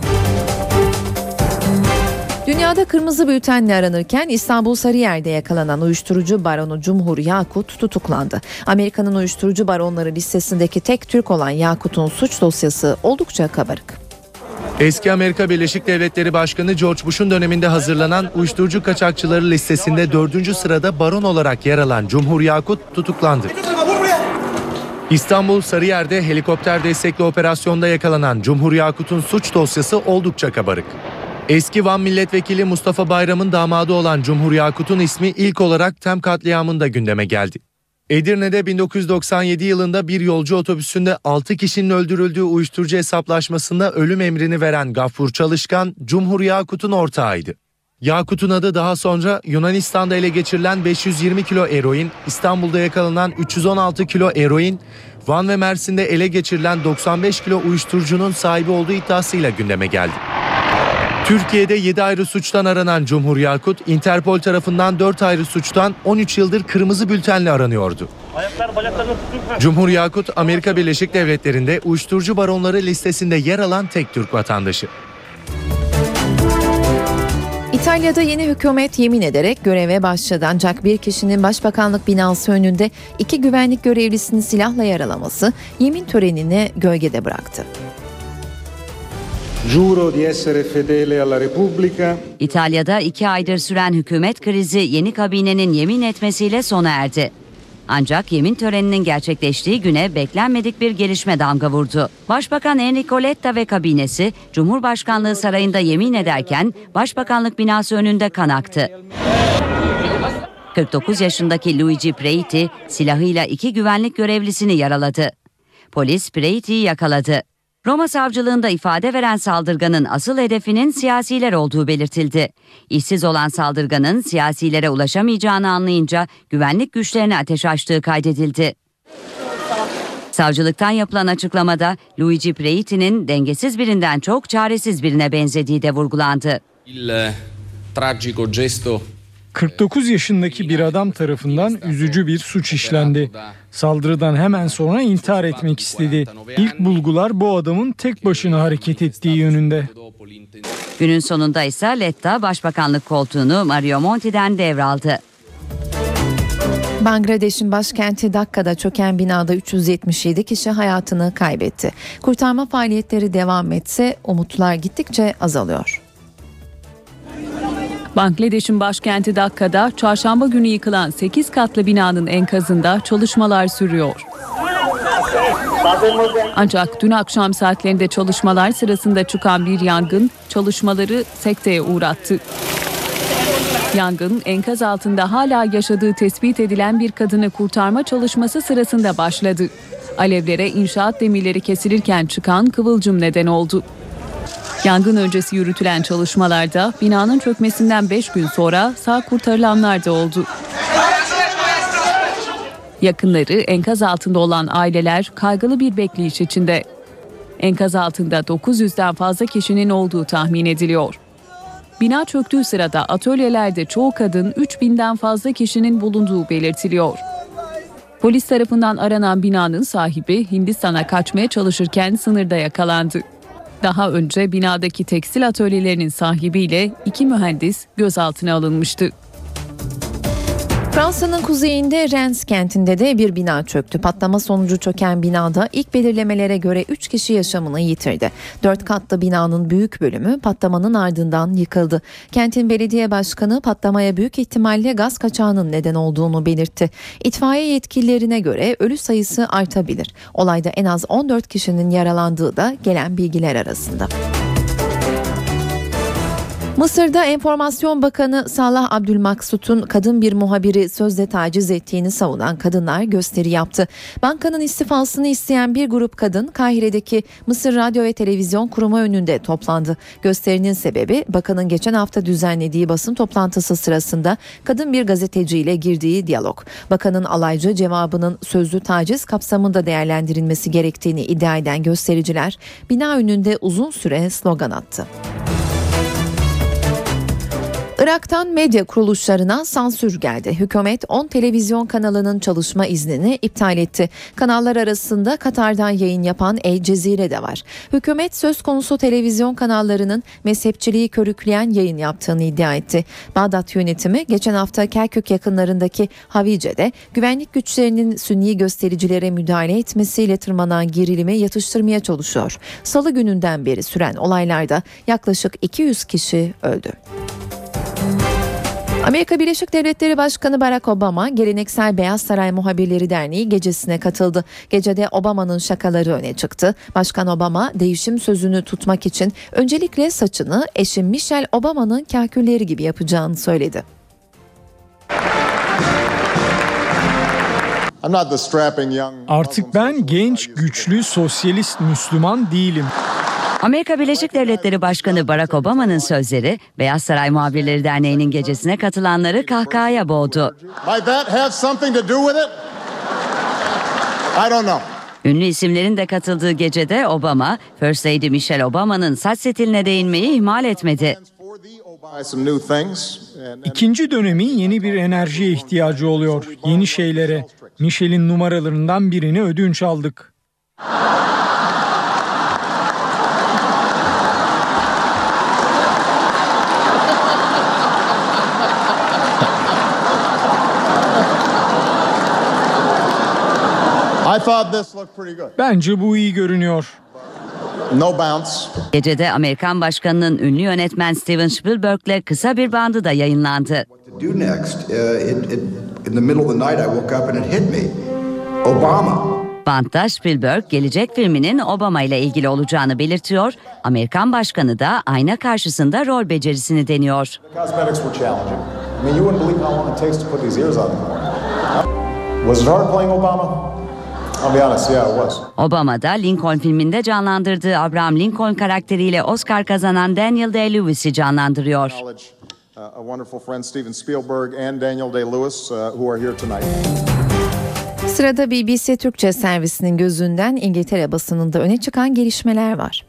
Dünyada kırmızı bültenle aranırken İstanbul Sarıyer'de yakalanan uyuşturucu baronu Cumhur Yakut tutuklandı. Amerika'nın uyuşturucu baronları listesindeki tek Türk olan Yakut'un suç dosyası oldukça kabarık. Eski Amerika Birleşik Devletleri Başkanı George Bush'un döneminde hazırlanan uyuşturucu kaçakçıları listesinde dördüncü sırada baron olarak yer alan Cumhur Yakut tutuklandı. İstanbul Sarıyer'de helikopter destekli operasyonda yakalanan Cumhur Yakut'un suç dosyası oldukça kabarık. Eski Van Milletvekili Mustafa Bayram'ın damadı olan Cumhur Yakut'un ismi ilk olarak Tem katliamında gündeme geldi. Edirne'de bin dokuz yüz doksan yedi yılında bir yolcu otobüsünde altı kişinin öldürüldüğü uyuşturucu hesaplaşmasında ölüm emrini veren Gaffur Çalışkan, Cumhur Yakut'un ortağıydı. Yakut'un adı daha sonra Yunanistan'da ele geçirilen beş yüz yirmi kilo eroin, İstanbul'da yakalanan üç yüz on altı kilo eroin, Van ve Mersin'de ele geçirilen doksan beş kilo uyuşturucunun sahibi olduğu iddiasıyla gündeme geldi. Türkiye'de yedi ayrı suçtan aranan Cumhur Yakut, Interpol tarafından dört ayrı suçtan on üç yıldır kırmızı bültenle aranıyordu. Cumhur Yakut, Amerika Birleşik Devletleri'nde uyuşturucu baronları listesinde yer alan tek Türk vatandaşı. İtalya'da yeni hükümet yemin ederek göreve başladı, ancak bir kişinin başbakanlık binası önünde iki güvenlik görevlisini silahla yaralaması yemin törenini gölgede bıraktı. İtalya'da iki aydır süren hükümet krizi yeni kabinenin yemin etmesiyle sona erdi. Ancak yemin töreninin gerçekleştiği güne beklenmedik bir gelişme damga vurdu. Başbakan Enrico Letta ve kabinesi Cumhurbaşkanlığı sarayında yemin ederken Başbakanlık binası önünde kan aktı. kırk dokuz yaşındaki Luigi Preti silahıyla iki güvenlik görevlisini yaraladı. Polis Preti'yi yakaladı. Roma savcılığında ifade veren saldırganın asıl hedefinin siyasiler olduğu belirtildi. İşsiz olan saldırganın siyasilere ulaşamayacağını anlayınca güvenlik güçlerine ateş açtığı kaydedildi. Savcılıktan yapılan açıklamada Luigi Preti'nin dengesiz birinden çok çaresiz birine benzediği de vurgulandı. Il tragico gesto kırk dokuz yaşındaki bir adam tarafından üzücü bir suç işlendi. Saldırıdan hemen sonra intihar etmek istedi. İlk bulgular bu adamın tek başına hareket ettiği yönünde. Günün sonunda ise Letta başbakanlık koltuğunu Mario Monti'den devraldı. Bangladeş'in başkenti Dakka'da çöken binada üç yüz yetmiş yedi kişi hayatını kaybetti. Kurtarma faaliyetleri devam etse umutlar gittikçe azalıyor. Bangladeş'in başkenti Dakka'da çarşamba günü yıkılan sekiz katlı binanın enkazında çalışmalar sürüyor. Ancak dün akşam saatlerinde çalışmalar sırasında çıkan bir yangın çalışmaları sekteye uğrattı. Yangın enkaz altında hala yaşadığı tespit edilen bir kadını kurtarma çalışması sırasında başladı. Alevlere inşaat demirleri kesilirken çıkan kıvılcım neden oldu. Yangın öncesi yürütülen çalışmalarda binanın çökmesinden beş gün sonra sağ kurtarılanlar da oldu. Yakınları enkaz altında olan aileler kaygılı bir bekleyiş içinde. Enkaz altında dokuz yüzden fazla kişinin olduğu tahmin ediliyor. Bina çöktüğü sırada atölyelerde çoğu kadın üç binden fazla kişinin bulunduğu belirtiliyor. Polis tarafından aranan binanın sahibi Hindistan'a kaçmaya çalışırken sınırda yakalandı. Daha önce binadaki tekstil atölyelerinin sahibiyle iki mühendis gözaltına alınmıştı. Fransa'nın kuzeyinde Rennes kentinde de bir bina çöktü. Patlama sonucu çöken binada ilk belirlemelere göre üç kişi yaşamını yitirdi. Dört katlı binanın büyük bölümü patlamanın ardından yıkıldı. Kentin belediye başkanı patlamaya büyük ihtimalle gaz kaçağının neden olduğunu belirtti. İtfaiye yetkililerine göre ölü sayısı artabilir. Olayda en az on dört kişinin yaralandığı da gelen bilgiler arasında. Mısır'da Enformasyon Bakanı Salah Abdülmaksut'un kadın bir muhabiri sözle taciz ettiğini savunan kadınlar gösteri yaptı. Bankanın istifasını isteyen bir grup kadın Kahire'deki Mısır Radyo ve Televizyon Kurumu önünde toplandı. Gösterinin sebebi bakanın geçen hafta düzenlediği basın toplantısı sırasında kadın bir gazeteciyle girdiği diyalog. Bakanın alaycı cevabının sözlü taciz kapsamında değerlendirilmesi gerektiğini iddia eden göstericiler bina önünde uzun süre slogan attı. Irak'tan medya kuruluşlarına sansür geldi. Hükümet on televizyon kanalının çalışma iznini iptal etti. Kanallar arasında Katar'dan yayın yapan El Cezire de var. Hükümet söz konusu televizyon kanallarının mezhepçiliği körükleyen yayın yaptığını iddia etti. Bağdat yönetimi geçen hafta Kerkük yakınlarındaki Havice'de güvenlik güçlerinin Sünni göstericilere müdahale etmesiyle tırmanan gerilimi yatıştırmaya çalışıyor. Salı gününden beri süren olaylarda yaklaşık iki yüz kişi öldü. Amerika Birleşik Devletleri Başkanı Barack Obama, geleneksel Beyaz Saray Muhabirleri Derneği gecesine katıldı. Gecede Obama'nın şakaları öne çıktı. Başkan Obama, değişim sözünü tutmak için öncelikle saçını eşi Michelle Obama'nın kahkülleri gibi yapacağını söyledi. Artık ben genç, güçlü, sosyalist Müslüman değilim. Amerika Birleşik Devletleri Başkanı Barack Obama'nın sözleri Beyaz Saray Muhabirleri Derneği'nin gecesine katılanları kahkahaya boğdu. Ünlü isimlerin de katıldığı gecede Obama, First Lady Michelle Obama'nın saç stiline değinmeyi ihmal etmedi. İkinci dönemin yeni bir enerjiye ihtiyacı oluyor, yeni şeylere. Michelle'in numaralarından birini ödünç aldık. Bence bu iyi görünüyor. No bounce. Gecede Amerikan Başkanı'nın ünlü yönetmen Steven Spielberg'le kısa bir bandı da yayınlandı. Do next? Uh, it, it, in the middle of the night, I woke up and it hit me. Obama. Bandta Spielberg gelecek filminin Obama ile ilgili olacağını belirtiyor. Amerikan Başkanı da ayna karşısında rol becerisini deniyor. Cosmetics were challenging. I mean, you wouldn't believe how long it takes to put these ears on. Was it hard playing Obama? I'll be honest, yeah, it was. Obama da Lincoln filminde canlandırdığı Abraham Lincoln karakteriyle Oscar kazanan Daniel Day-Lewis'i canlandırıyor. A wonderful friend Steven Spielberg and Daniel Day-Lewis who are here tonight. Sırada B B C Türkçe servisinin gözünden İngiltere basınında öne çıkan gelişmeler var.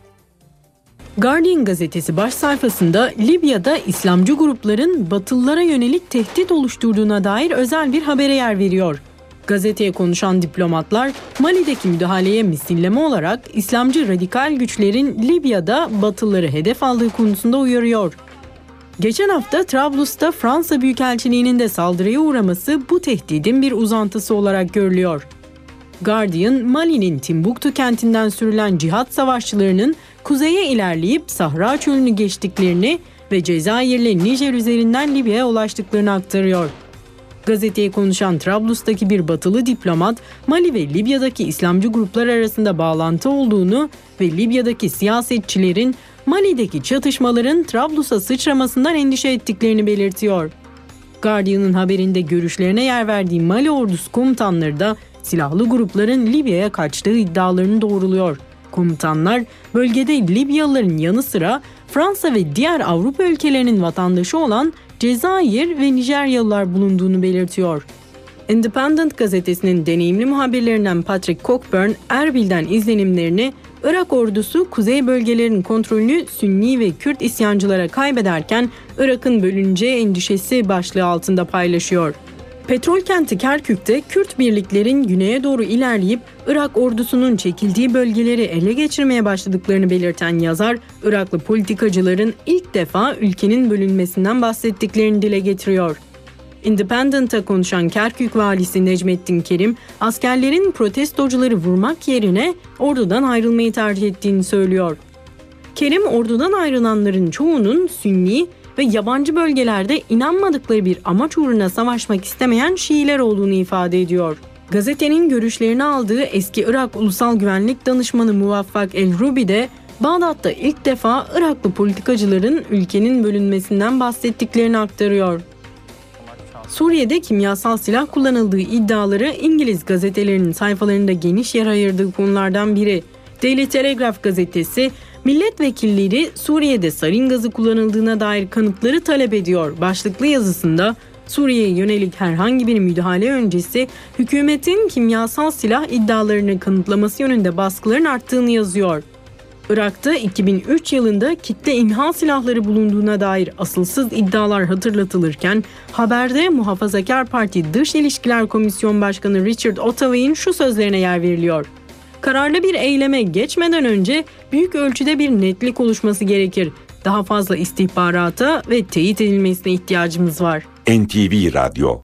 Guardian gazetesi baş sayfasında Libya'da İslamcı grupların Batılılara yönelik tehdit oluşturduğuna dair özel bir habere yer veriyor. Gazeteye konuşan diplomatlar Mali'deki müdahaleye misilleme olarak İslamcı radikal güçlerin Libya'da Batılıları hedef aldığı konusunda uyarıyor. Geçen hafta Trablus'ta Fransa Büyükelçiliği'nin de saldırıya uğraması bu tehdidin bir uzantısı olarak görülüyor. Guardian, Mali'nin Timbuktu kentinden sürülen cihat savaşçılarının kuzeye ilerleyip Sahra Çölü'nü geçtiklerini ve Cezayir'le Nijer üzerinden Libya'ya ulaştıklarını aktarıyor. Gazeteye konuşan Trablus'taki bir batılı diplomat, Mali ve Libya'daki İslamcı gruplar arasında bağlantı olduğunu ve Libya'daki siyasetçilerin Mali'deki çatışmaların Trablus'a sıçramasından endişe ettiklerini belirtiyor. Guardian'ın haberinde görüşlerine yer verdiği Mali ordusu komutanları da silahlı grupların Libya'ya kaçtığı iddialarını doğruluyor. Komutanlar bölgede Libyalıların yanı sıra Fransa ve diğer Avrupa ülkelerinin vatandaşı olan Cezayir ve Nijeryalılar bulunduğunu belirtiyor. Independent gazetesinin deneyimli muhabirlerinden Patrick Cockburn, Erbil'den izlenimlerini Irak ordusu kuzey bölgelerin kontrolünü Sünni ve Kürt isyancılara kaybederken Irak'ın bölüneceği endişesi başlığı altında paylaşıyor. Petrol kenti Kerkük'te Kürt birliklerin güneye doğru ilerleyip Irak ordusunun çekildiği bölgeleri ele geçirmeye başladıklarını belirten yazar, Iraklı politikacıların ilk defa ülkenin bölünmesinden bahsettiklerini dile getiriyor. Independent'a konuşan Kerkük valisi Necmettin Kerim, askerlerin protestocuları vurmak yerine ordudan ayrılmayı tercih ettiğini söylüyor. Kerim, ordudan ayrılanların çoğunun Sünni ve yabancı bölgelerde inanmadıkları bir amaç uğruna savaşmak istemeyen Şiiler olduğunu ifade ediyor. Gazetenin görüşlerini aldığı eski Irak Ulusal Güvenlik Danışmanı Muvaffak El-Rubi de Bağdat'ta ilk defa Iraklı politikacıların ülkenin bölünmesinden bahsettiklerini aktarıyor. Suriye'de kimyasal silah kullanıldığı iddiaları İngiliz gazetelerinin sayfalarında geniş yer ayırdığı konulardan biri. Daily Telegraph gazetesi, milletvekilleri Suriye'de sarin gazı kullanıldığına dair kanıtları talep ediyor başlıklı yazısında, Suriye'ye yönelik herhangi bir müdahale öncesi hükümetin kimyasal silah iddialarını kanıtlaması yönünde baskıların arttığını yazıyor. Irak'ta iki bin üç yılında kitle imha silahları bulunduğuna dair asılsız iddialar hatırlatılırken, haberde Muhafazakar Parti Dış İlişkiler Komisyon Başkanı Richard Ottaway'in şu sözlerine yer veriliyor. Kararlı bir eyleme geçmeden önce büyük ölçüde bir netlik oluşması gerekir. Daha fazla istihbarata ve teyit edilmesine ihtiyacımız var. N T V Radyo